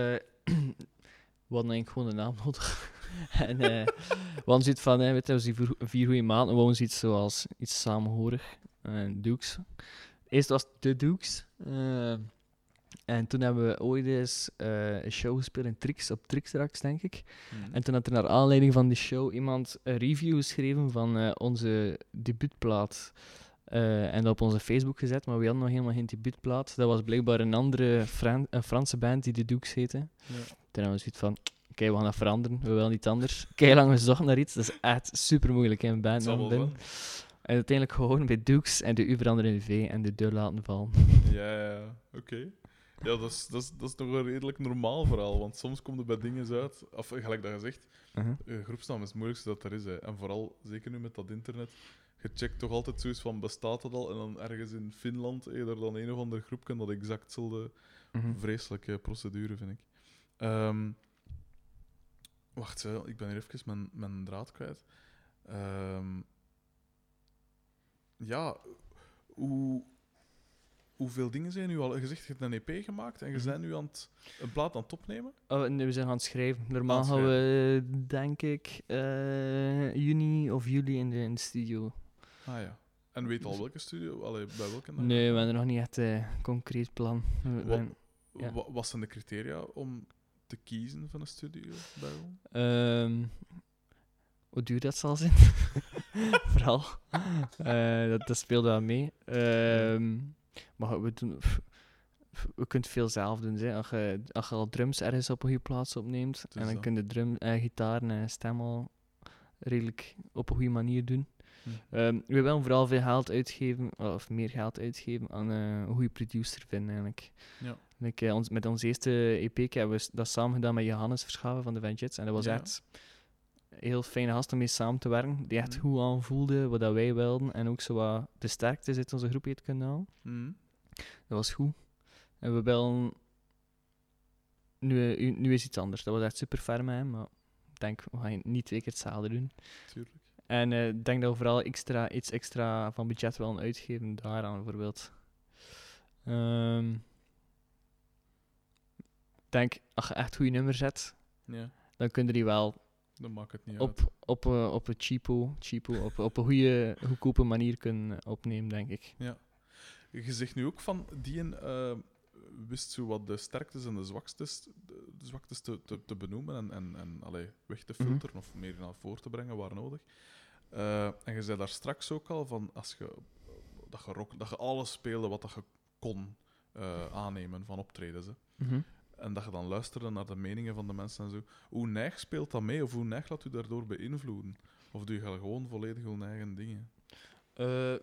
we hadden eigenlijk gewoon een naam nodig. en uh, we hadden zoiets van, hè, weet je, die vier, vier goede maanden, we wouden iets zoals iets samenhorig. Uh, Dukes. Eerst was het de Dukes. Uh, en toen hebben we ooit eens uh, een show gespeeld in Trix, op Trixrax, denk ik. Mm. En toen had er naar aanleiding van die show iemand een review geschreven van uh, onze debuutplaat. Uh, en dat op onze Facebook gezet, maar we hadden nog helemaal geen debuutplaat. Dat was blijkbaar een andere Fran- een Franse band die de Dukes heette. Ja. Toen hebben we zoiets van, oké, okay, we gaan dat veranderen, we willen niet anders. Kei lang gezocht naar iets, dat is echt super moeilijk in een band. En uiteindelijk gewoon bij Dukes en de U veranderen in de V en de deur laten vallen. Ja, ja, oké. Okay. Ja, dat is, dat, is, dat is nog een redelijk normaal verhaal, want soms komt er bij dingen uit, of gelijk dat je zegt, uh-huh. uh, groepsnaam is het moeilijkste dat er is. Hè. En vooral, zeker nu met dat internet, je checkt toch altijd zoiets van, bestaat dat al? En dan ergens in Finland, eerder dan een of ander groepje, dat exact hetzelfde uh-huh. vreselijke procedure, vind ik. Um, wacht, hè, ik ben hier even mijn, mijn draad kwijt. Um, ja, hoe... Hoeveel dingen zijn nu al? Je zegt, je hebt een E P gemaakt en je bent nu aan het, een plaat aan het opnemen? Oh, nee, we zijn aan het schrijven. Normaal gaan we, denk ik, uh, juni of juli in de, in de studio. Ah ja. En weet al welke studio? Allee, bij welke? Nee, we hebben nog niet echt een uh, concreet plan. We, wat, ben, ja. wat, wat zijn de criteria om te kiezen van een studio? Um, hoe duur dat zal zijn? Vooral. uh, dat, dat speelde wel mee. Um, Maar we, doen, we kunnen veel zelf doen. Hè. Als, je, als je al drums ergens op een goede plaats opneemt, en dan kun je drum, eh, gitaar en stem al redelijk op een goede manier doen. Hm. Um, we willen vooral veel geld uitgeven, of meer geld uitgeven aan uh, een goede producer vinden eigenlijk. Ja. Like, uh, ons, met onze eerste E P hebben we dat samen gedaan met Johannes Verschaven van de Vengeance. En dat was ja. echt een heel fijne gast om mee samen te werken, die echt hm. goed aanvoelde wat dat wij wilden en ook zo wat de sterkte uit onze groep heeft kunnen halen. Hm. Dat was goed. En we bellen... Nu, nu is iets anders. Dat was echt super ver met hem, maar ik denk, we gaan niet twee keer hetzelfde doen. Tuurlijk. En ik uh, denk dat we vooral extra, iets extra van budget willen uitgeven daaraan, bijvoorbeeld. Um, ik denk, als je echt goede nummers zet, ja. dan kun je die wel... Dan maakt het niet op, uit. Op, uh, op een cheapo, cheapo op, op een goede, goedkope manier kunnen opnemen, denk ik. Ja. Je zegt nu ook van, die uh, wist zo wat de sterktes en de zwaktes, de, de zwaktes te, te, te benoemen en, en, en allee, weg te filteren mm-hmm. of meer naar voren te brengen waar nodig. Uh, en je zei daar straks ook al van, als je, dat, je rock, dat je alles speelde wat dat je kon uh, aannemen van optredens. Hè. Mm-hmm. En dat je dan luisterde naar de meningen van de mensen en zo. Hoe neig speelt dat mee? Of hoe neig laat u daardoor beïnvloeden? Of doe je gewoon volledig je eigen dingen? Uh,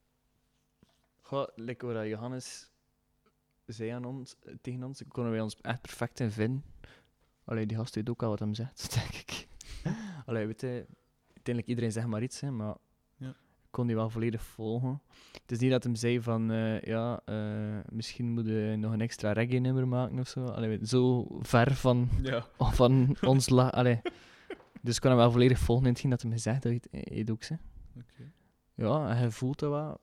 goh, like wat Johannes zei aan ons, tegen ons, konden wij ons echt perfect in vinden. Allee, die gast weet ook al wat hem zegt, denk ik. Allee, weet je, uiteindelijk iedereen zegt maar iets, hè, maar ja. ik kon die wel volledig volgen. Het is niet dat hem zei van, uh, ja, uh, misschien moet je nog een extra reggae-nummer maken of zo. Allee, zo ver van, ja. van ons... La- Allee. Dus ik kon hem wel volledig volgen in hetgeen dat hij me zegt, dat hij het ook zei. Okay. Ja, en hij voelt dat wel.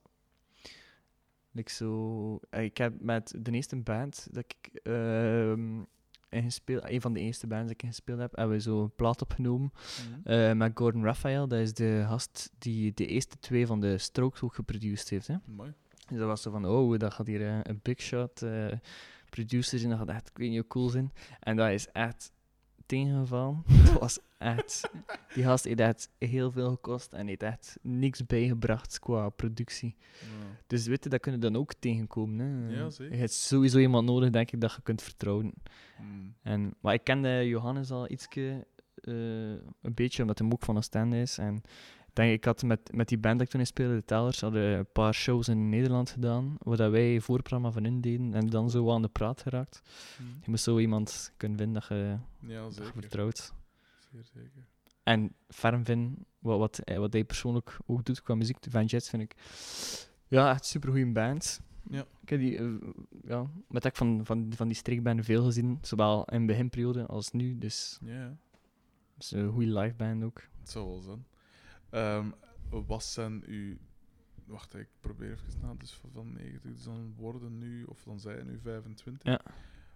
Like zo, ik heb met de eerste band dat ik uh, ingespeeld, een van de eerste bands dat ik gespeeld heb, hebben we zo een plaat opgenomen mm-hmm. uh, met Gordon Raphael. Dat is de gast die de eerste twee van de Strokes ook geproduceerd heeft. Hè. Mooi. Dus dat was zo van, oh, dat gaat hier uh, een big shot uh, producer zijn, dat gaat echt, ik weet niet hoe cool zijn. En dat is echt tegengevallen. Het was echt... Die gast heeft echt heel veel gekost en heeft echt niks bijgebracht qua productie. Ja. Dus weet je, dat kunnen dan ook tegenkomen. Hè. Ja, zeker. Je hebt sowieso iemand nodig, denk ik, dat je kunt vertrouwen. Mm. En, maar ik kende Johannes al ietsje, uh, een beetje, omdat hij ook van Oostende is. En ik denk, ik had met, met die band dat ik toen speelde, de Tellers, hadden een paar shows in Nederland gedaan, waar wij voorprogramma van in deden en dan zo aan de praat geraakt. Mm. Je moest zo iemand kunnen vinden dat je, ja, dat je vertrouwt. Zeer zeker. en ferm vind, wat, wat, wat hij persoonlijk ook doet qua muziek. Van Jets vind ik ja, echt super goede band. Ja. Ik heb die, uh, ja, met ik van, van, van die streekbanden veel gezien, zowel in de beginperiode als nu. Dus ja, ja. Het is een goede liveband ook. Het zou wel zijn. Um, wat zijn uw... Wacht, ik probeer even na. Dus van negentig, dus dan worden nu, of dan zijn nu vijfentwintig. Ja.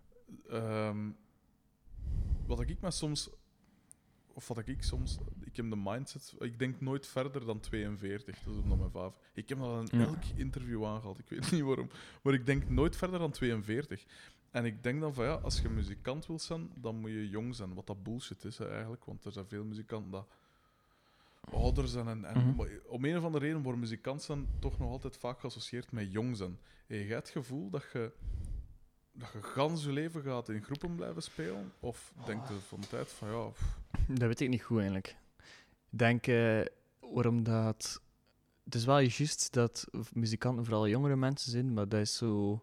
Um, wat ik me soms... Of wat ik soms... Ik heb de mindset... Ik denk nooit verder dan tweeënveertig. Dat is nog mijn vaaf. Ik heb dat in ja. elk interview aangehaald. Ik weet niet waarom. Maar ik denk nooit verder dan tweeënveertig. En ik denk dan van ja, als je muzikant wil zijn, dan moet je jong zijn. Wat dat bullshit is hè, eigenlijk. Want er zijn veel muzikanten dat ouder zijn. En, en mm-hmm. om een of andere reden worden muzikanten zijn toch nog altijd vaak geassocieerd met jong zijn. En je hebt het gevoel dat je... Dat je gans je leven gaat in groepen blijven spelen? Of denk je van de tijd van ja... Pff. Dat weet ik niet goed eigenlijk. Ik denk uh, waarom dat. Het is wel juist dat muzikanten vooral jongere mensen zijn, maar dat is zo.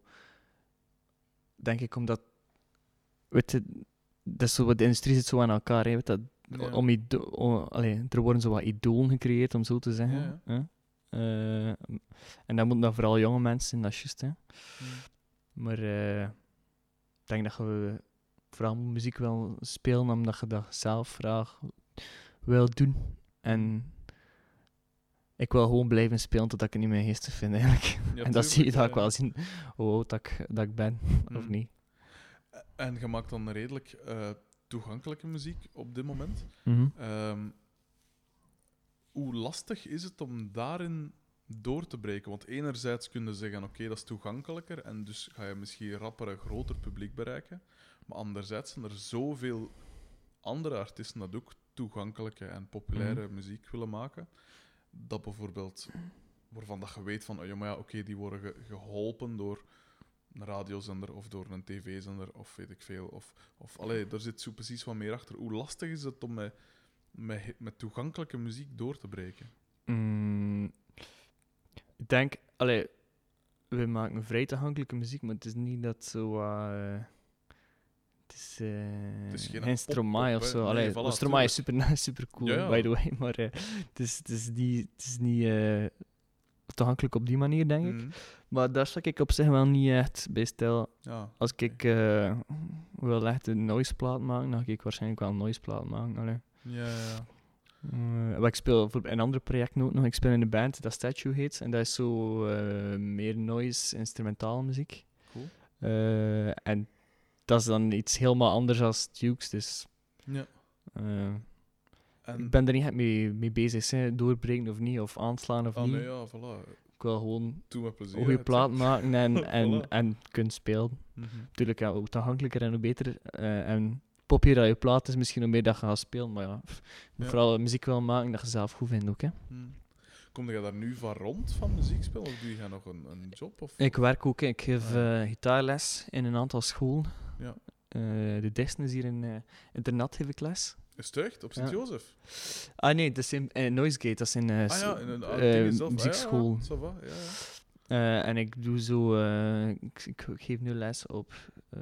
Denk ik omdat. Weet je, dat is zo, de industrie zit zo aan elkaar. Hè, weet dat, ja. om ido- om, allee, er worden zo wat idolen gecreëerd, om zo te zeggen. Ja, ja. Uh, en dat moeten dan vooral jonge mensen zijn, dat is juist. Hè. Hmm. Maar uh, ik denk dat we vooral muziek wil spelen omdat je dat zelf graag wil doen. En ik wil gewoon blijven spelen totdat ik het niet meer geestig vind, eigenlijk. Ja, en dat zie je dat ja. ik wel zien hoe oud dat ik, dat ik ben, mm. of niet. En je maakt dan redelijk uh, toegankelijke muziek op dit moment. Mm-hmm. Um, hoe lastig is het om daarin door te breken? Want enerzijds kun je zeggen, oké, okay, dat is toegankelijker en dus ga je misschien rapper een groter publiek bereiken. Maar anderzijds zijn er zoveel andere artiesten dat ook toegankelijke en populaire mm-hmm. muziek willen maken, dat bijvoorbeeld, waarvan dat je weet van, oh ja, maar ja, oké, okay, die worden ge- geholpen door een radiozender of door een tv-zender of weet ik veel. Of, of allee, daar zit zo precies wat meer achter. Hoe lastig is het om met, met, met toegankelijke muziek door te breken? Mm, ik denk, allee, we maken vrij toegankelijke muziek, maar het is niet dat zo... Uh, het is, uh, het is geen, geen Stromae of zo. Nee, voilà, Stromae is super, super cool, ja, ja. by the way. Maar uh, het, is, het is niet, het is niet uh, toegankelijk op die manier, denk mm. ik. Maar daar sta ik op zich wel niet echt bij stil. Ja, Als okay. ik uh, wil echt een noiseplaat maken, dan ga ik waarschijnlijk wel een noiseplaat maken. Allee. Ja, ja. Uh, wat ik speel voor een ander project ook nog. Ik speel in een band dat Statue heet. En dat is zo uh, meer noise, instrumentaal muziek. Cool. Uh, en dat is dan iets helemaal anders dan Dukes. Dus ja. uh, en... ik ben er niet mee, mee bezig. Hè. Doorbreken of niet, of aanslaan of ah, niet. Nee, ja, voilà. Ik wil gewoon een goede plaat maken en, voilà. en, en kunnen spelen. Mm-hmm. Natuurlijk, ja, hoe toegankelijker en hoe beter. Uh, en poppier dat je plaat is, misschien nog meer dat je gaat spelen. Maar ja, je moet ja. vooral muziek wel maken dat je zelf goed vindt ook. Hè. Mm. Kom je daar nu van rond van muziek spelen of doe je nog een, een job? Of? Ik werk ook. Hè. Ik geef uh, gitaarles in een aantal scholen. Ja. Uh, de Desten is hier in uh, internat geef ik les. Is het echt? Op Sint-Jozef? Ja. Ah nee, dat is in uh, Noisegate. Dat is in uh, ah, ja, in een uh, muziekschool. Ah, ja, ja, ja. Uh, en ik doe zo... Uh, ik, ik geef nu les op uh,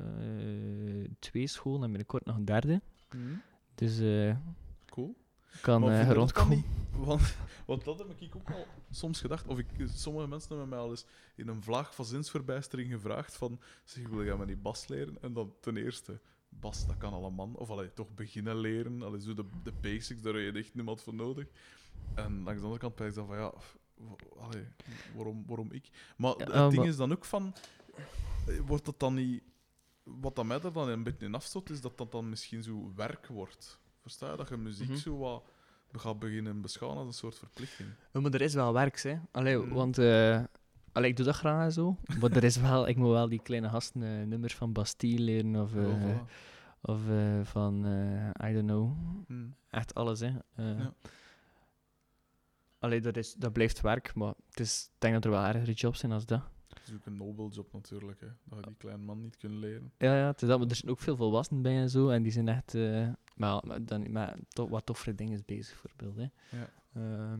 twee scholen en binnenkort nog een derde. Mm-hmm. Dus... Uh, cool. Kan uh, rondkomen. Want, want dat heb ik ook al soms gedacht. Of ik, sommige mensen hebben mij al eens in een vlaag van zinsverbijstering gevraagd van, zeg, wil je met die bas leren? En dan ten eerste, bas, dat kan alle man. Of allee, toch beginnen leren. Allee, zo de, de basics, daar heb je echt niemand voor nodig. En langs de andere kant ben ik dan van, ja, allee, waarom, waarom ik? Maar ja, het uh, ding maar... is dan ook van, wordt dat dan niet... Wat dat mij er dan een beetje in afstoot, is dat dat dan misschien zo werk wordt. Versta je? Dat je muziek mm-hmm. zo wat gaat beginnen beschouwen als een soort verplichting. Ja, maar er is wel werk, hè. Allee, mm. want... Uh, allee, ik doe dat graag en zo. Maar er is wel... Ik moet wel die kleine gasten uh, nummers van Bastille leren of... Uh, oh, voilà. Of uh, van... Uh, I don't know. Mm. Echt alles, hè. Uh, ja. Allee, dat, is, dat blijft werk, maar het is, ik denk dat er wel ergere jobs zijn als dat. Het is ook een nobel job natuurlijk, hè. Dat je die kleine man niet kunt leren. Ja, ja, het is dat, maar er zijn ook veel volwassenen bij en zo, en die zijn echt uh, maar, maar dan, maar to, wat toffere dingen bezig, bijvoorbeeld. Hè. Ja. Uh,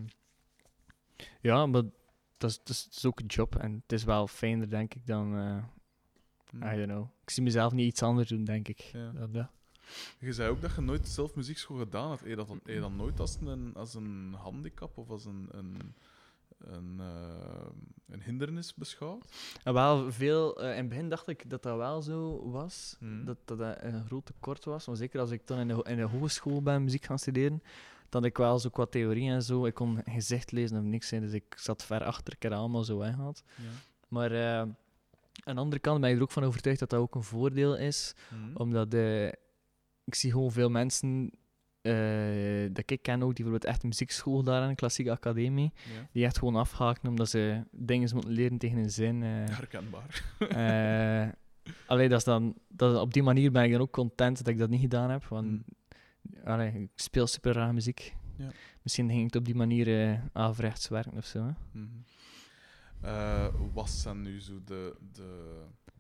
ja, maar dat is, dat, is, dat is ook een job, en het is wel fijner, denk ik, dan... Uh, hmm. I don't know. Ik zie mezelf niet iets anders doen, denk ik. Ja. Dat, ja. Je zei ook dat je nooit zelf muziekschool gedaan had. Heb je dat, heb je dat nooit als een, als een handicap of als een, een, een, uh, een hindernis beschouwd? En wel veel, uh, in het begin dacht ik dat dat wel zo was, hmm. dat, dat dat een groot tekort was. Maar zeker als ik toen in de, in de hogeschool ben muziek gaan studeren, dat ik wel zo qua theorie en zo, ik kon gezicht lezen of niks zijn, dus ik zat ver achter, ik heb dat allemaal zo ingehad. Ja. Maar uh, aan de andere kant ben ik er ook van overtuigd dat dat ook een voordeel is, hmm. omdat uh, ik zie gewoon veel mensen uh, dat ik ken ook, die bijvoorbeeld echt een muziekschool daar aan een klassieke academie, ja. die echt gewoon afhaken omdat ze dingen moeten leren tegen hun zin. Uh, Herkenbaar. uh, allee, dat is dan, dat, op die manier ben ik dan ook content dat ik dat niet gedaan heb, want hmm. allee, ik speel super raar muziek. Ja. Misschien ging het op die manier uh, averechts werken of zo. Hè? Mm-hmm. Uh, wat zijn nu zo de, de...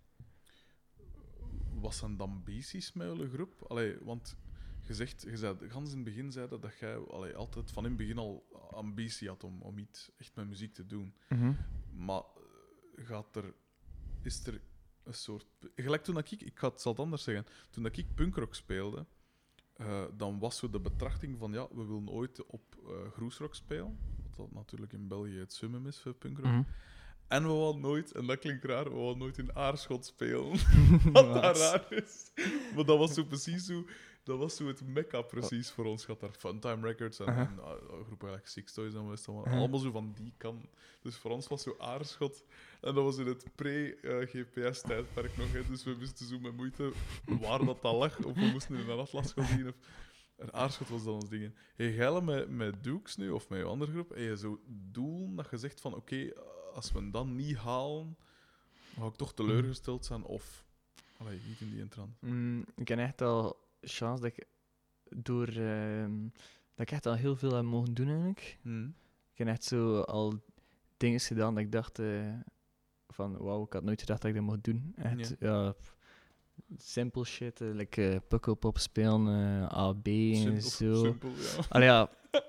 Wat zijn de ambities met jullie groep? Allee, want je zegt, je zei, gans in het begin zei dat, dat jij allee, altijd van in het begin al ambitie had om, om iets echt met muziek te doen. Mm-hmm. Maar gaat er... Is er een soort... Gelijk toen ik... Ik ga het, zal het anders zeggen. Toen ik punkrock speelde, uh, dan was zo de betrachting van ja, we willen ooit op uh, groesrock spelen. Wat dat natuurlijk in België het summum is voor punkrock. Mm-hmm. En we wilden nooit, en dat klinkt raar, we wilden nooit in Aarschot spelen. Wat dat raar is. Maar dat was zo precies zo... Dat was zo het mekka precies voor ons. Gaat daar Funtime Records en, uh-huh. en uh, groepen like Six Toys en wat allemaal. Uh-huh. Allemaal zo van die kant. Dus voor ons was zo Aarschot. En dat was in het pre-G P S-tijdperk nog. Hè. Dus we wisten zo met moeite waar dat al lag. Of we moesten in een atlas gaan zien. Of... En Aarschot was dan ons ding. Hey, Geile met, met Dukes nu, of met je andere groep, heb je zo doelen dat je zegt van oké, okay, als we dat niet halen, dan ga ik toch teleurgesteld zijn of... Allee, niet in die intrant. Mm, ik heb echt al chance dat ik door... Uh, dat ik echt al heel veel heb mogen doen eigenlijk. Mm. Ik heb echt zo al dingen gedaan dat ik dacht uh, van wauw, ik had nooit gedacht dat ik dat mocht doen. Echt, ja... ja simpel shit, uh, like uh, Pukkelpop spelen, uh, A B en simpel, zo. Simpel, ja. Allee, ja.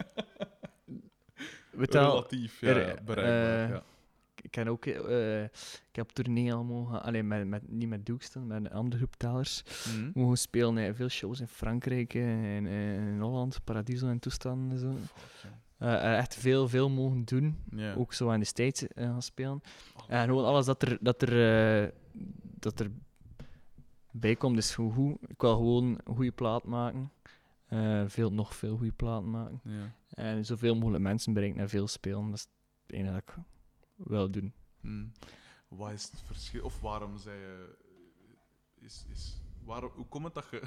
Relatief, ja, ja, bereikbaar, uh, ja. Ik heb ook uh, ik heb op tournee al mogen, allee, met, met, niet met Doekston, met een andere groep telers, mm-hmm. mogen spelen. Uh, veel shows in Frankrijk uh, en uh, in Holland, Paradiso en toestanden en zo. Fuck, uh, uh, echt veel, veel mogen doen. Yeah. Ook zo aan de States uh, gaan spelen. Oh. En gewoon alles dat er, dat er, uh, dat er bij komt is goed, goed. Ik wil gewoon een goede plaat maken. Uh, veel, nog veel goede platen maken. Yeah. En zoveel mogelijk mensen bereiken en veel spelen. Dat is het enige dat ik wil doen. Hmm. Wat is het verschil? Of waarom zei je... Is, is, waarom, hoe komt het dat je...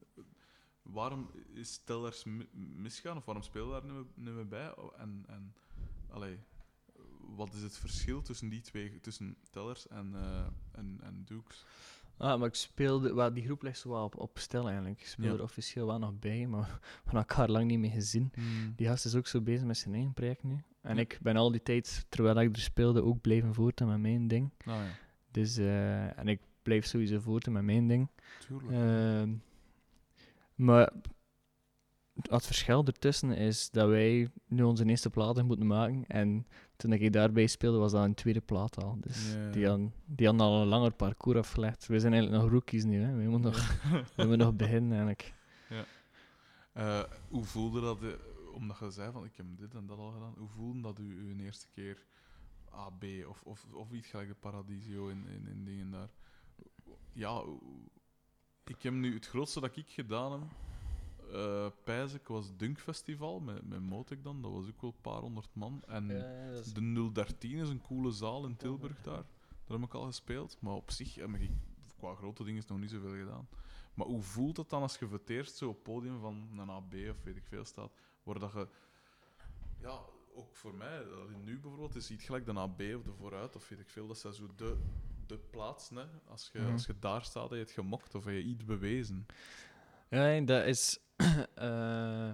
waarom is Tellers misgaan? Of waarom speel je daar nu, nu mee bij? En, en allee, wat is het verschil tussen die twee, tussen Tellers en, uh, en, en Dukes? Ah, maar ik speelde... Well, die groep ligt zo wel op, op stil eigenlijk. Ik speel ja. er officieel wel nog bij, maar we hebben elkaar lang niet meer gezien. Hmm. Die gast is ook zo bezig met zijn eigen project nu. En ja. ik ben al die tijd, terwijl ik er speelde, ook blijven voorten met mijn ding. Oh, ja. Dus, uh, en ik blijf sowieso voorten met mijn ding. Tuurlijk. Uh, maar het verschil ertussen is dat wij nu onze eerste plaat moeten maken. En toen ik daarbij speelde, was dat een tweede plaat al. Dus yeah. die, hadden, die hadden al een langer parcours afgelegd. We zijn eigenlijk nog rookies nu. Hè. We moeten nog, we moeten nog beginnen eigenlijk. Ja. Uh, hoe voelde dat... De, omdat je zei van ik heb dit en dat al gedaan. Hoe voelde dat u uw eerste keer A B of, of, of iets gelijk de Paradiso in, in, in dingen daar? Ja, ik heb nu het grootste dat ik gedaan heb. Uh, Pijzik was het Dunkfestival met, met Motek dan. Dat was ook wel een paar honderd man. En ja, ja, is... de nul dertien is een coole zaal in Tilburg daar. Daar heb ik al gespeeld. Maar op zich heb ik qua grote dingen nog niet zoveel gedaan. Maar hoe voelt het dan als je voor het eerst zo op het podium van een A B of weet ik veel staat? Waar dat je, ja, ook voor mij, nu bijvoorbeeld, is iets gelijk de A B of de Vooruit of weet ik veel, dat zijn zo de, de plaatsen, hè. Als je, mm. als je daar staat, heb je het gemokt of heb je iets bewezen. Ja, dat is... uh,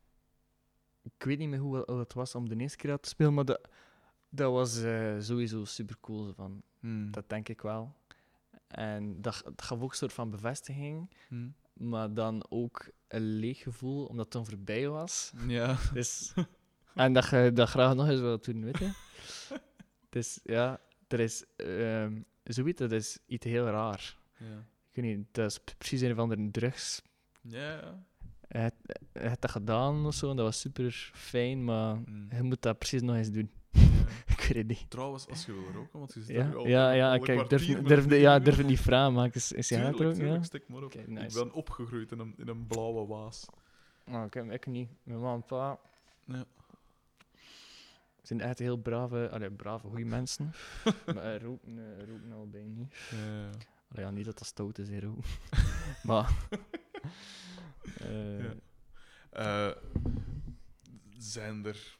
ik weet niet meer hoe het was om de eerste keer uit te spelen, maar dat, dat was uh, sowieso super cool. Van. Mm. Dat denk ik wel. En dat, dat gaf ook een soort van bevestiging. Mm. Maar dan ook een leeg gevoel, omdat het dan voorbij was. Ja. Dus, en dat je dat graag nog eens wil doen, weet je. Dus ja, er is um, zoiets, dat is iets heel raar. Ja. Ik weet niet, dat is precies een of andere drugs Ja, ja. Hij had, hij had dat gedaan of zo, en dat was super fijn, maar Mm. je moet dat precies nog eens doen. Ja. Ik weet het niet. Trouwens, als je wil roken, want je zit Ja, er nu al ja, al ja een kijk, kwartier durf, met durf, dingen ja, doen. durf het niet vragen, maar is, is jij Tuurlijk, er ook? tuurlijk, Ja? stik maar op. Okay, Ik nice. ben opgegroeid in een, in een blauwe waas. Oh, ik, heb, ik niet. Mijn man en pa Ja. zijn echt heel brave, allee, brave, goede mensen. Maar uh, roken, uh, roken al bij niet. Ja. Allee, ja, niet dat dat stout is, hè, roken. maar... uh, Ja. Uh, zijn er...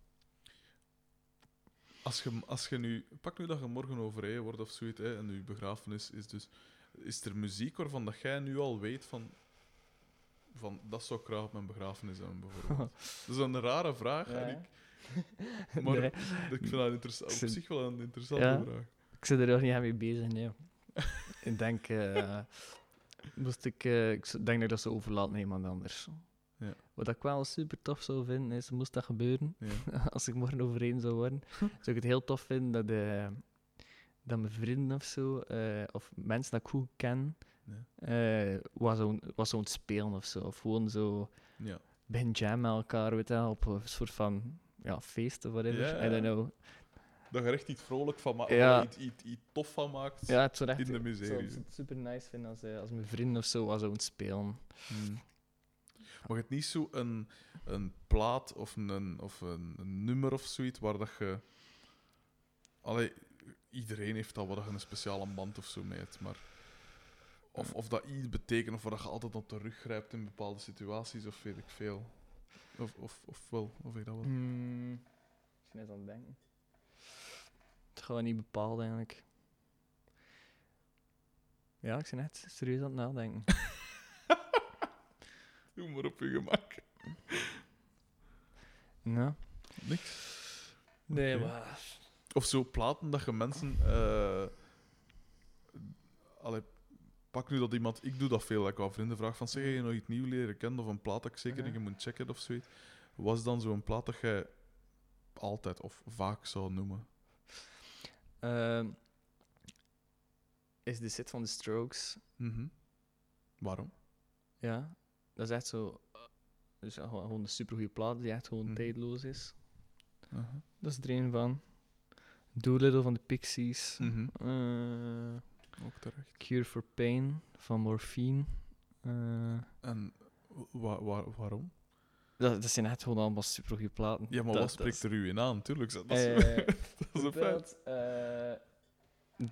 Als je, als je nu... Pak nu dat je morgen overreden wordt of zoiets, hè, en je begrafenis is dus... Is er muziek waarvan dat jij nu al weet van... van dat zou ik graag op mijn begrafenis hebben, bijvoorbeeld? Dat is een rare vraag, ja, en ik, maar nee. ik vind dat interess- op Zit- zich wel een interessante Ja. vraag. Ik zit er nog niet aan mee bezig, nee. ik denk... Uh, moest ik... Uh, ik denk dat ik dat zo overlaat naar iemand anders. Ja. Wat ik wel super tof zou vinden, is, moest dat gebeuren, Ja. als ik morgen overeen zou worden, zou ik het heel tof vinden dat, uh, dat mijn vrienden of zo, uh, of mensen dat ik goed ken, Ja. uh, was zo'n was zo'n spelen of zo. Of gewoon zo Ja. begin jam met elkaar, weet je, op een soort van ja, feest of whatever. Ja, ja. I don't know. Dat je er echt iets vrolijk van maakt, Ja. iets, iets, iets tof van maakt. Ja, het zou echt In de ik miserie. zou het super nice vinden als, uh, als mijn vrienden of zo was zo'n spelen. Hmm. Mag het niet zo een, een plaat of, een, of een, een nummer of zoiets waar dat je... Allee, iedereen heeft al wat je een speciale band of zo mee hebt, maar... Of, of dat iets betekent, of waar dat je altijd op teruggrijpt in bepaalde situaties, of weet ik veel. Of, of, of wel, of ik dat wel. Hmm. Ik ben net aan het denken. Het gaat niet bepaald eigenlijk. Ja, ik ben net serieus aan het nadenken. Doe maar op je gemak. Ja. Niks. Nee, Oké. maar... Of zo platen dat je mensen... Uh, allee, pak nu dat iemand... Ik doe dat veel, dat ik aan vrienden vraag van... Zeg, heb je nog iets nieuw leren kennen? Of een plaat dat ik zeker Uh-huh. niet moet checken of zoiets. Was dan zo'n plaat dat jij altijd of vaak zou noemen? Uh, is de set van The Strokes. Mm-hmm. Waarom? Ja. Dat is echt zo... Dus ja, gewoon gewoon een supergoeie plaat die echt gewoon Mhm. tijdloos is. Uh-huh. Dat is er een van. Doolittle van de Pixies. Mhm. Uh, Ook terecht. Cure for Pain van Morphine. Uh, En wa- wa- waarom? dat, dat zijn echt gewoon allemaal supergoeie platen. Ja, maar dat, wat spreekt er u in aan? Tuurlijk, dat is, Eh, dat is een feit. bijvoorbeeld, uh,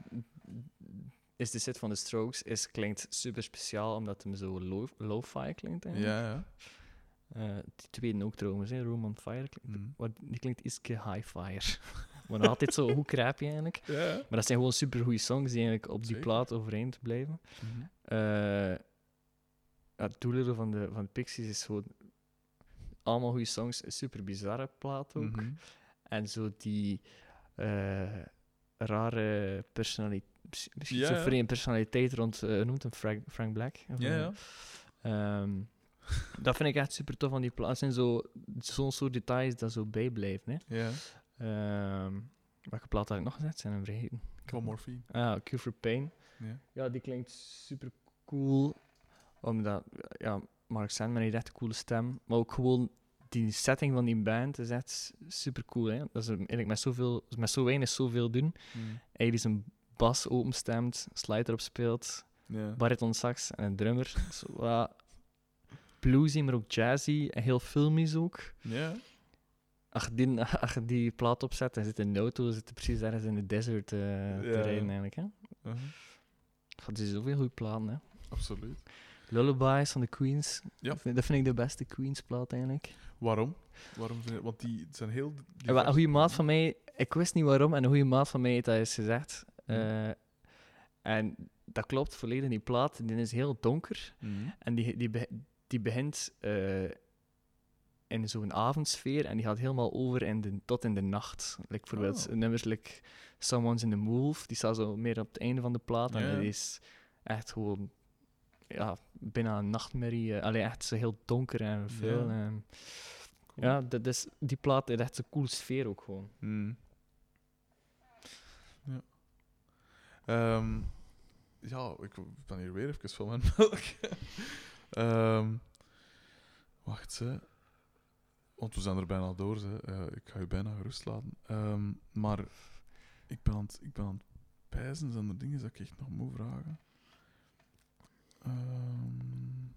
is de set van The Strokes is, klinkt super speciaal omdat hem zo lo- lo-fi klinkt. Eigenlijk. Ja, ja. Uh, die tweede ook trouwens, hè. Room on Fire. Klinkt, Mm. wat, die klinkt ietsje high-fire. maar nog altijd zo hoe crappy eigenlijk. Ja, ja. Maar dat zijn gewoon supergoeie songs die eigenlijk op die Zeker. plaat overeind blijven. Mhm. Uh, het Doolittle van de, van de Pixies is gewoon allemaal goede songs, een super bizarre plaat ook. Mhm. En zo die uh, rare personaliteit, misschien Ja, zo ja. vreemde personaliteit rond, uh, noemt hem Frank, Frank Black. Of, Ja, ja. um, dat vind ik echt super tof van die plaat. Het zijn zo, zo'n soort details dat zo bijblijven. Hè. Ja. Um, welke plaat had ik nog gezet? Zijn hem vergeten. Van Morphine. Ah, Cure for Pain. Ja. Ja, die klinkt super cool. Omdat, ja, Mark Sandman heeft echt een coole stem. Maar ook gewoon die setting van die band is echt super cool. Hè? Dat is eigenlijk met, zoveel, met zo weinig zoveel doen. Mm. Eigenlijk zijn bas openstemt, slide erop speelt, Ja. bariton sax en een drummer. Zo wat bluesy, maar ook jazzy en heel filmisch ook. Ja. Als je die, als je die plaat opzet en zit in de auto, zit je precies ergens in de desert uh, te Ja. rijden eigenlijk. Hè? Uh-huh. Dat is zoveel goede platen, hè. Absoluut. Lullabies van de Queens. Ja. Dat vind, dat vind ik de beste Queens-plaat eigenlijk. Waarom? Waarom zijn, want die zijn heel... En wat divers. een goede maat van mij, ik wist niet waarom, en een goede maat van mij heeft dat eens gezegd. Uh, en dat klopt volledig, die plaat die is heel donker. Mm. En die, die, be- die begint uh, in zo'n avondsfeer en die gaat helemaal over in de, tot in de nacht. Like bijvoorbeeld Oh. nummers like Someone's in the Move, die staat zo meer op het einde van de plaat. Ja. En die is echt gewoon ja, bijna een nachtmerrie. Uh, allee, echt zo heel donker en veel. Ja. En, Cool. ja, dat is, die plaat heeft echt zo'n coole sfeer ook gewoon. Mm. Ja. Um, ja, ik ben hier weer even van mijn melk. Um, wacht, ze. Want we zijn er bijna door, hè. Uh, ik ga je bijna gerust laten. Um, maar ik ben aan het, ik ben aan het pijzen. Zijn er dingen dat ik echt nog moet vragen? Um,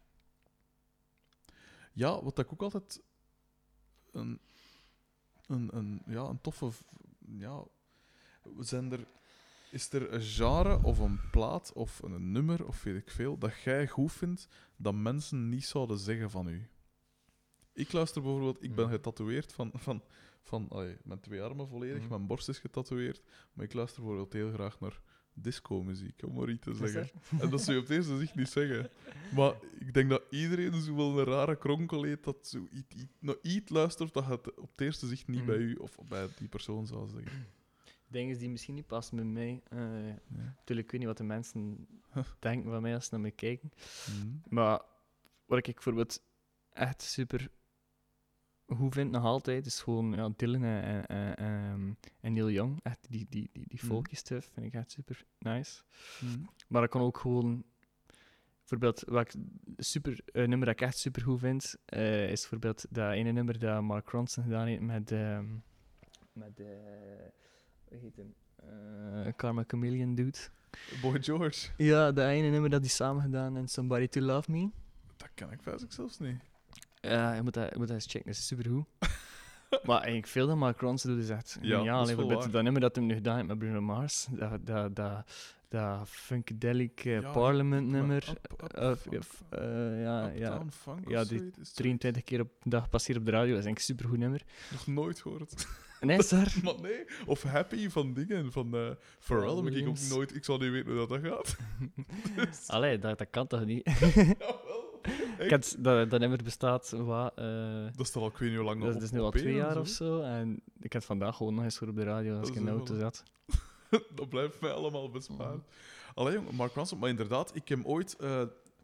ja, wat ik ook altijd een, een, een, ja, een toffe... Ja, zijn er, is er een genre of een plaat of een nummer of weet ik veel dat jij goed vindt dat mensen niet zouden zeggen van u? Ik luister bijvoorbeeld... Ik ben getatoeëerd van... van, van allee, mijn twee armen volledig. Mm. Mijn borst is getatoeëerd. Maar ik luister bijvoorbeeld heel graag naar disco-muziek, om maar iets te zeggen. En dat zou je op het eerste zicht niet zeggen. Maar ik denk dat iedereen zo wel een rare kronkel heeft dat zo iets, iets, nou, iets luistert dat het op het eerste zicht niet mm. bij u of bij die persoon zou zeggen. Dingen die misschien niet passen met mij. Uh, ja. Natuurlijk, ik weet niet wat de mensen denken van mij als ze naar me kijken. Mm. Maar wat ik bijvoorbeeld echt super goed vind nog altijd, is gewoon ja, Dylan en, en, en, en Neil Young. Echt die, die, die, die folky stuff vind ik echt super nice. Mm. Maar ik kan ook gewoon... Bijvoorbeeld, wat ik super, een nummer dat ik echt super goed vind, uh, is bijvoorbeeld dat ene nummer dat Mark Ronson gedaan heeft met... Um, met uh, hoe heet hem? Uh, Karma Chameleon Dude. Boy George. Ja, dat ene nummer dat die samen gedaan en Somebody to Love Me. Dat kan ik eigenlijk zelfs niet. Ja, je moet dat, je moet dat eens checken, dat is supergoed. Maar eigenlijk veel dat Mark Ronson doet is echt geniaal. Ja, bijvoorbeeld dat nummer dat hem nu gedaan heeft met Bruno Mars, dat, dat, dat, dat Funkadelic uh, ja, Parliament nummer. Up, up, uh, funk, uh, ja, ja, ja, die drieëntwintig keer op de dag passeert op de radio, dat is eigenlijk een supergoed nummer. Nog nooit gehoord. Nee, sir. Maar nee, of Happy van dingen, van uh, Pharrell, heb ik ook nooit... Ik zou niet weten hoe dat, dat gaat. Dus. Allee, dat, dat kan toch niet? Jawel. Ik had, dat, dat nummer bestaat... Wat, uh, dat is toch al, ik weet niet hoe lang... Dat op, is nu al twee jaar of zo. En ik had vandaag gewoon nog eens voor op de radio als ik in de auto zat. Dat blijft mij allemaal bespaard. Mm. Allee, jongen, Mark Ronson. Maar inderdaad, ik heb ooit uh,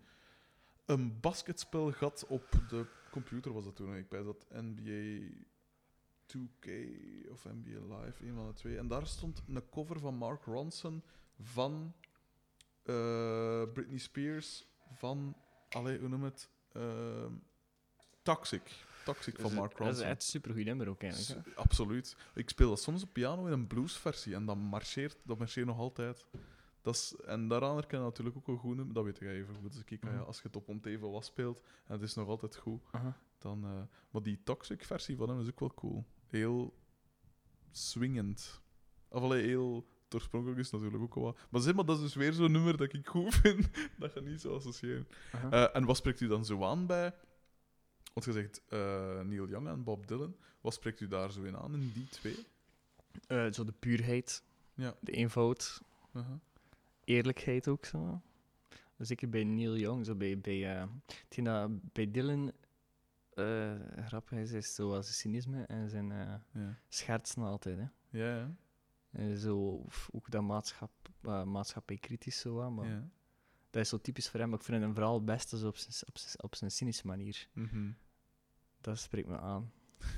een basketspel gehad op de computer, was dat toen. Ik bij dat N B A two K of N B A Live, een van de twee. En daar stond een cover van Mark Ronson van uh, Britney Spears van... Allee, hoe noem het? Uh, Toxic. Toxic van Mark Ronson. Dat is echt een supergoed nummer ook eigenlijk. S- absoluut. Ik speel dat soms op piano in een bluesversie en dat marcheert, dat marcheert nog altijd. Dat is, en daaraan herken je natuurlijk ook wel goed nummer. Dat weet jij even goed. Dus ik, uh-huh. ja, als je het op Onteven was speelt en het is nog altijd goed, uh-huh. dan... Uh, maar die Toxic versie van hem is ook wel cool. Heel swingend. Of allee, heel... Het oorspronkelijk is natuurlijk ook al wat. Maar zeg maar, dat is dus weer zo'n nummer dat ik goed vind, dat je niet zo associëren. Uh-huh. Uh, en wat spreekt u dan zo aan bij... Want je zegt uh, Neil Young en Bob Dylan. Wat spreekt u daar zo in aan, in die twee? Uh, zo de puurheid. Ja. De eenvoud. Uh-huh. Eerlijkheid ook zo. Zeker bij Neil Young. Zo bij, bij, uh, dat bij Dylan... Uh, grappig is, is zoals cynisme en zijn uh, ja. schertsen altijd. Hè. Ja, ja. Uh, zo, ook dat maatschap, uh, maatschappij kritisch zo aan, maar ja. dat is zo typisch voor hem. Maar ik vind hem vooral het beste zo op zijn, op zijn, op zijn cynische manier. Mm-hmm. Dat spreekt me aan.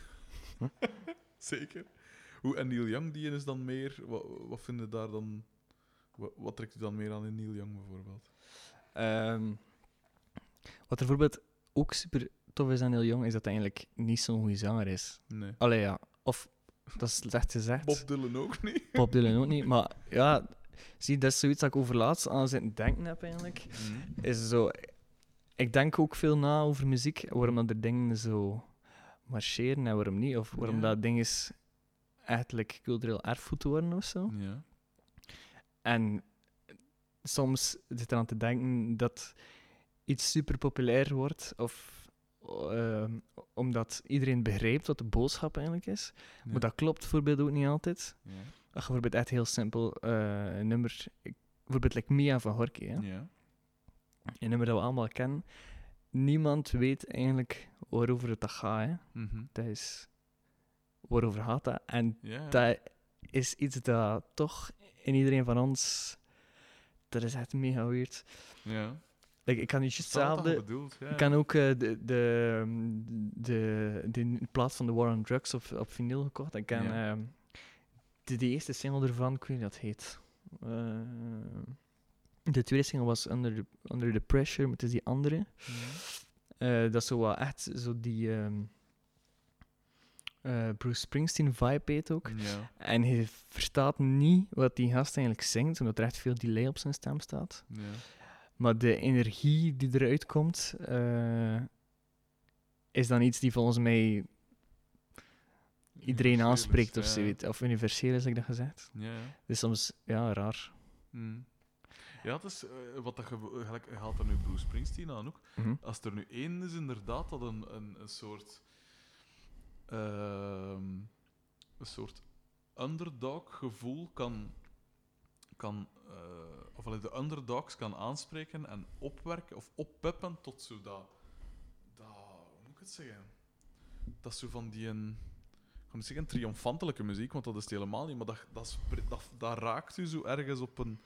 Zeker. Hoe, en Neil Young, die is dan meer... Wat, wat vind je daar dan... Wat, wat trekt u dan meer aan in Neil Young, bijvoorbeeld? Um, wat er bijvoorbeeld ook super tof is aan Neil Young, is dat hij eigenlijk niet zo'n goede zanger is. Nee. Allee, ja. Of... Dat is slecht gezegd. Bob Dylan ook niet. Bob Dylan ook niet. Maar ja, zie, dat is zoiets dat ik over laatst aan zitten denken heb eigenlijk. Mm. Is zo, ik denk ook veel na over muziek, waarom dat er dingen zo marcheren en waarom niet. Of waarom ja. dat dingen eigenlijk cultureel erfgoed worden of zo. Ja. En soms zit er aan te denken dat iets super populair wordt of... Uh, omdat iedereen begrijpt wat de boodschap eigenlijk is. Ja. Maar dat klopt bijvoorbeeld ook niet altijd. Ja. Als je bijvoorbeeld echt heel simpel uh, een nummer... Ik, bijvoorbeeld like Mia van Gorky. Hè? Ja. Een nummer dat we allemaal kennen. Niemand weet eigenlijk waarover het gaat. Hè? Mm-hmm. Dat is... Waarover gaat dat? En ja. dat is iets dat toch in iedereen van ons... Dat is echt mega weird. Ja. Like, ik kan niet hetzelfde. Ja. Ik kan ook uh, de, de, de, de plaat van The War on Drugs op, op vinyl gekocht. Ik kan ja. uh, de, de eerste single ervan, ik weet niet wat het heet. Uh, De tweede single was Under the, Under the Pressure, maar het is die andere. Mm-hmm. Uh, dat is zo wat echt zo die um, uh, Bruce Springsteen vibe heet ook. Ja. En je verstaat niet wat die gast eigenlijk zingt, omdat er echt veel delay op zijn stem staat. Ja. Maar de energie die eruit komt, uh, is dan iets die volgens mij iedereen aanspreekt of ja. zoiets. Of universeel is, heb ik dat gezegd. Ja, ja. Dus soms, ja, raar. Mm. Ja, het is, uh, wat dat je, gelijk, je haalt er nu Bruce Springsteen aan ook. Mm-hmm. Als er nu één is, inderdaad, dat een, een, een soort... Uh, een soort underdog-gevoel kan... kan uh, of allee, de underdogs kan aanspreken en opwerken of oppeppen tot zo dat... dat hoe moet ik het zeggen? Dat is zo van die... Een, ik ga niet zeggen triomfantelijke muziek, want dat is het helemaal niet, maar dat, dat, dat, dat raakt u zo ergens op een...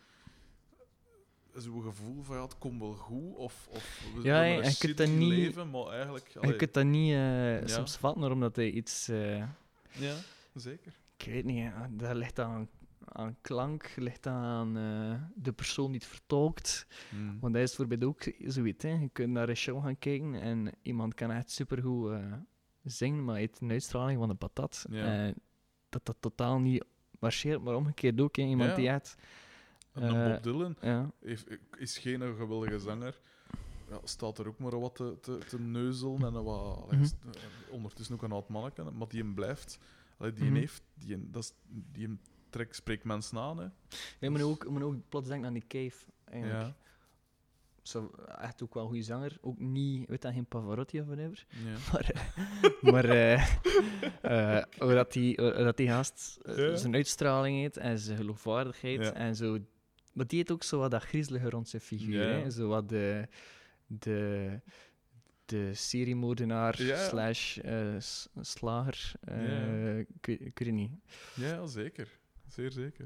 Zo'n gevoel van ja, het komt wel goed, of, of we ja, een je kunt dat niet leven, maar eigenlijk... Allee, je kunt dat niet uh, ja. soms vatten, omdat hij iets... Uh, ja, zeker. Ik weet niet, dat ligt aan, aan klank, ligt aan uh, de persoon die het vertolkt. Mm. Want dat is bijvoorbeeld ook zoiets, hè. Je kunt naar een show gaan kijken en iemand kan echt supergoed uh, zingen, maar heeft een uitstraling van een patat. Ja. Uh, dat dat totaal niet marcheert, maar omgekeerd ook, hè. Iemand ja. die echt... En dan Bob Dylan ja. heeft, is geen geweldige zanger. Ja, staat er ook maar wat te, te, te neuzelen en wat, mm-hmm. is, ondertussen ook een oud manneke, maar die hem blijft. Allee, die mm-hmm. heeft, die, dat is, die hem trek, spreekt mensen aan. Hè. Ja, je moet ook, moet ook plots denken aan die Cave. Eigenlijk. Ja. Zo, echt ook wel een goede zanger. Ook niet, weet dat, geen Pavarotti of whatever. Ja. Maar, maar uh, uh, hoe dat die, hoe dat die gast uh, ja. zijn uitstraling heeft en zijn geloofwaardigheid ja. en zo. Maar die heeft ook zo wat dat griezelige rond zijn figuur. Ja. Hè? Zo wat de, de, de seriemoordenaar ja. slash uh, slager. Uh, ja. ik, ik weet het niet. Ja, zeker. Zeer zeker.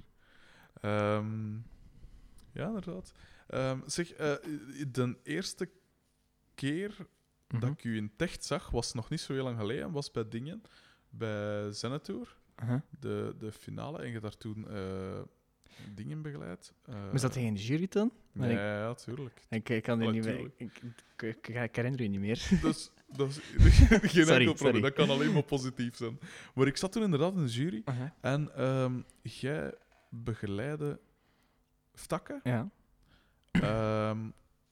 Um, ja, inderdaad. Um, zeg, uh, de eerste keer mm-hmm. dat ik u in Techt zag, was nog niet zo heel lang geleden, was bij Dingen, bij Zenetour, uh-huh. de, de finale. En je daar toen uh, Dingen begeleid. Uh, maar zat hij in de jury dan? Ja, ik, ja, tuurlijk. Ik, ik kan er niet meer. Ik, ik, ik, ik herinner je niet meer. Dus, dat is geen sorry, enkel probleem, dat kan alleen maar positief zijn. Maar ik zat toen inderdaad in de jury uh-huh. en um, jij begeleidde Ftakke. Ja. Um,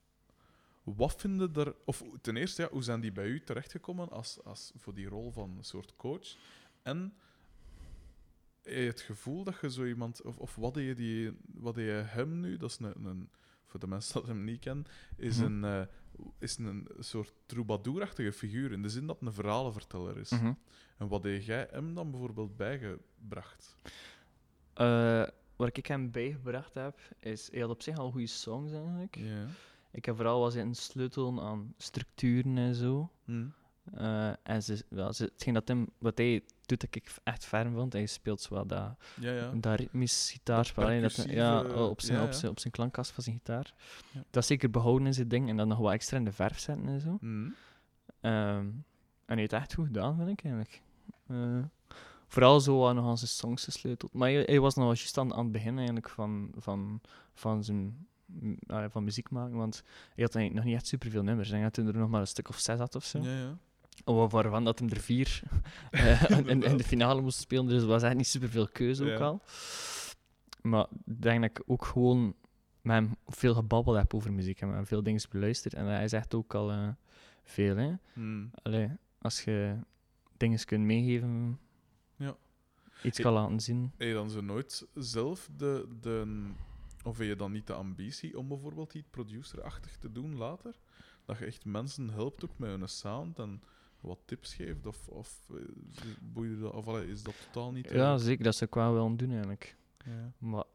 wat vinden er... Of ten eerste, ja, hoe zijn die bij u terechtgekomen als, als voor die rol van een soort coach? En heb je het gevoel dat je zo iemand... Of, of wat deed je, die, wat deed je hem nu? Dat is een, een... Voor de mensen die hem niet kennen, is, mm-hmm. een, uh, is een soort troubadourachtige figuur. In de zin dat het een verhalenverteller is. Mm-hmm. En wat heb jij hem dan bijvoorbeeld bijgebracht? Uh, wat ik hem bijgebracht heb, is... Hij had op zich al goede songs eigenlijk. Ja. Ik heb vooral was in sleutelen aan structuren en zo. Mm. Uh, en ze, wel, ze, hetgeen dat hem, wat hij doet, dat ik echt ferm vond. Hij speelt zo wat dat, ja, ja. dat ritmisch gitaarspel. Dat, ja, op zijn, ja, ja. op zijn, op zijn klankkast van zijn gitaar. Ja. Dat is zeker behouden in zijn ding. En dan nog wat extra in de verf zetten en zo. Mm. Um, en hij heeft het echt goed gedaan, vind ik eigenlijk. Uh, vooral zo aan nog aan zijn songs gesleuteld. Maar hij, hij was nog juist aan, aan het begin eigenlijk van, van, van zijn... Uh, van muziek maken, want hij had nog niet echt superveel nummers. Ik denk dat hij er nog maar een stuk of zes had of zo. Ja, ja. Of waarvan dat hem er vier uh, in, in de finale moest spelen, dus er was echt niet superveel keuze ja. ook al. Maar ik denk dat ik ook gewoon met hem veel gebabbeld heb over muziek en met veel dingen beluisterd. En hij zegt ook al uh, veel, hè. Hmm. Allee, als je dingen kunt meegeven, ja. iets kan laten zien. Heb je dan zo nooit zelf de... de Of heb je dan niet de ambitie om bijvoorbeeld iets producerachtig te doen later? Dat je echt mensen helpt ook met hun sound en wat tips geeft? Of, of, boeide dat, of allee, is dat totaal niet... Ja, zeker. Dat zou ik wel willen doen eigenlijk. Ja. Maar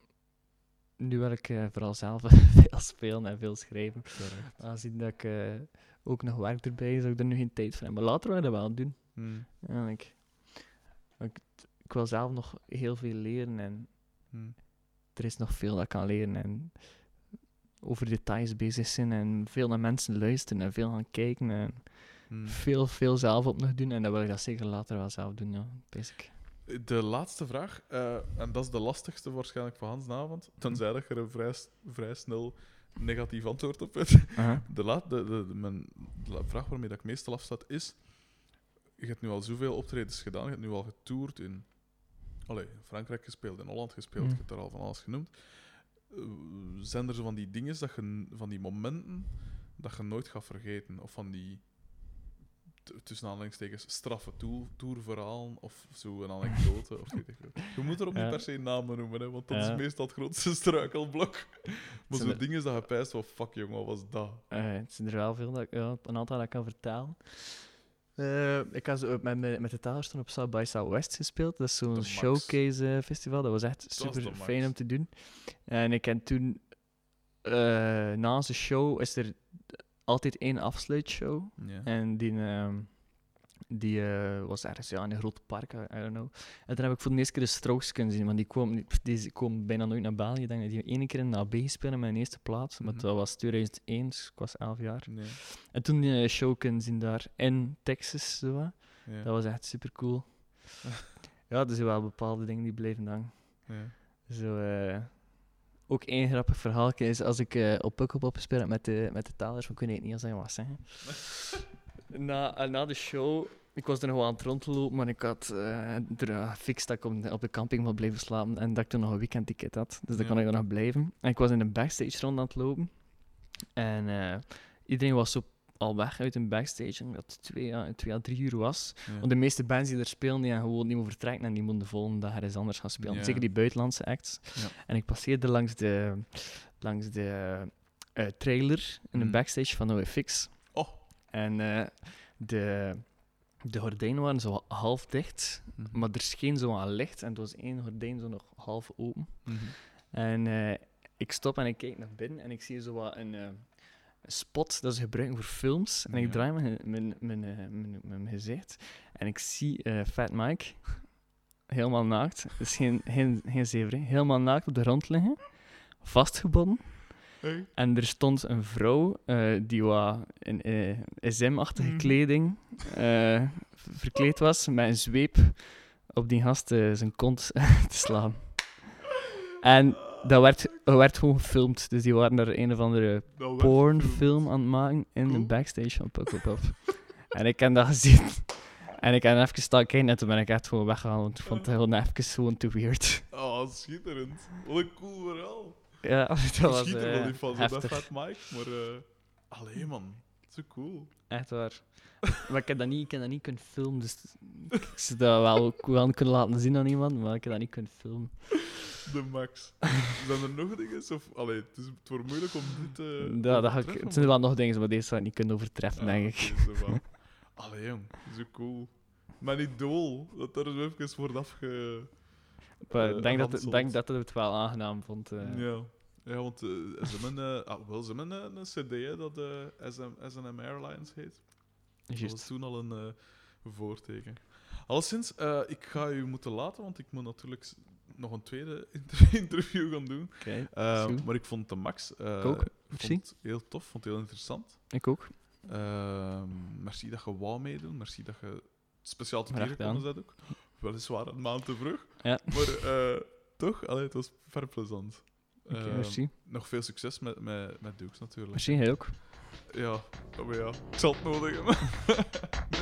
nu wil ik uh, vooral zelf veel spelen en veel schrijven. Aangezien dat ik uh, ook nog werk erbij, zou ik er nu geen tijd voor hebben. Maar later wil ik dat wel doen. Hmm. Eigenlijk. Ik, ik wil zelf nog heel veel leren en... Hmm. Er is nog veel dat ik kan leren en over details bezig zijn en veel naar mensen luisteren en veel gaan kijken en hmm. veel, veel zelf op nog doen. En dan wil ik dat zeker later wel zelf doen, ja, basic. De laatste vraag, uh, en dat is de lastigste waarschijnlijk van Hansavond, tenzij dat je er een vrij, vrij snel negatief antwoord op hebt. Uh-huh. De, la- de, de, de, mijn, de vraag waarmee dat ik meestal afstaat is, je hebt nu al zoveel optredens gedaan, je hebt nu al getoerd in, allee, in Frankrijk gespeeld, in Holland gespeeld, mm. je hebt er al van alles genoemd. Uh, zijn er zo van die dingen, dat je, van die momenten, dat je nooit gaat vergeten? Of van die, t- tussen aanhalingstekens, straffe tour, tourverhalen of zo een anekdote? Of weet ik wat. Je moet er ook ja. niet per se namen noemen, hè, want dat ja. is meestal het grootste struikelblok. Maar zo'n dingen dat je pijst van, fuck jong, wat was dat? Uh, het zijn er wel veel, dat ik, ja, een aantal dat ik kan vertellen. Uh, ik had zo met, met, met de Talerstown op South by Southwest gespeeld. Dat is zo'n showcase uh, festival. Dat was echt super fijn om te doen. En ik heb toen, uh, na onze show, is er altijd één afsluitshow. Yeah. En die, uh, die uh, was ergens ja, in een groot park, I don't know. En toen heb ik voor de eerste keer de Strokes kunnen zien. Want die komen, die komen bijna nooit naar België. Ik denk dat die één keer in de A B spelen met mijn eerste plaats. Mm-hmm. Maar dat was tweeduizend één, dus ik was elf jaar. Nee. En toen die uh, show kunnen zien daar in Texas. Zo, yeah. Dat was echt super cool. Ja, er zijn wel bepaalde dingen die blijven hangen. Yeah. Zo... Uh, Ook één grappig verhaal is als ik uh, op Pukkelpop gespeeld heb met de, met de talers, we kunnen het niet als zeggen wat zeggen. na, uh, na de show, ik was er nog wel aan het rondlopen, maar ik had uh, er uh, fix dat ik op de, op de camping moet blijven slapen en dat ik toen nog een weekendticket had. Dus dan ja. kon ik er nog blijven. En ik was in een backstage rond aan het lopen. En uh, iedereen was zo al weg uit een backstage, en dat het twee, ja, twee à drie uur was. Ja. Want de meeste bands die er spelen, die gaan gewoon niet meer vertrekken en die moeten de volgende dag ergens anders gaan spelen. Ja. Zeker die buitenlandse acts. Ja. En ik passeerde langs de, langs de uh, trailer in de mm. backstage van NoFX. Oh. En uh, de, de gordijnen waren zo half dicht, mm. maar er scheen zo aan licht en er was één gordijn zo nog half open. Mm-hmm. En uh, ik stop en ik kijk naar binnen en ik zie zo wat een... Uh, spot dat ze gebruiken voor films. En ik ja. draai mijn, mijn, mijn, mijn, mijn gezicht en ik zie uh, Fat Mike helemaal naakt. Dus geen, geen, geen zever, helemaal naakt op de grond liggen, vastgebonden. Hey. En er stond een vrouw uh, die wat in uh, S M-achtige mm. kleding uh, verkleed was, met een zweep op die gast uh, zijn kont te slaan. En dat werd, dat werd gewoon gefilmd. Dus die waren er een of andere pornfilm aan het maken in cool. de backstage van Pukkelpop. En ik heb dat gezien. En ik heb even staan kijken en toen ben ik echt gewoon weggegaan. Want ik vond het gewoon even gewoon te weird. Oh, schitterend. Wat een cool verhaal. Ja, dat ik was schiet er uh, wel niet van, zo bij Fat Mike. Maar, uh, allee man, zo cool. Echt waar. Maar ik heb dat niet, ik heb dat niet kunnen filmen. Dus ik zou dat wel, wel kunnen laten zien aan iemand, maar ik heb dat niet kunnen filmen. De max. Zijn er nog dingen? Of, allee, het, is, het wordt moeilijk om dit te uh, ja, dat ga ik, het zijn wel nog dingen, maar deze zou ik niet kunnen overtreffen, ja, denk ik. Allee, jong. Zo cool. Mijn idool, dat er zo even wordt afge... Uh, ik denk, dat, denk dat het wel aangenaam vond. Uh. Ja. Ja, want uh, ze hebben, uh, ah, wel, ze hebben uh, een cd hè, dat uh, S N M Airlines heet. Just. Dat was toen al een uh, voorteken. Alleszins, uh, ik ga u moeten laten, want ik moet natuurlijk nog een tweede inter- interview gaan doen. Okay, uh, maar ik vond de max. Uh, ik ook. Ik vond het heel tof, vond het heel interessant. Ik ook. Uh, merci dat je wou meedoen. Merci dat je speciaal tot hier gekomen bent ook. Weliswaar een maand te vroeg. Ja. Maar uh, toch, allee, het was ver plezant. Okay, uh, merci. Nog veel succes met, met, met Dukes natuurlijk. Merci, hij ook. Ja, maar ja, ik zal het nodig hebben.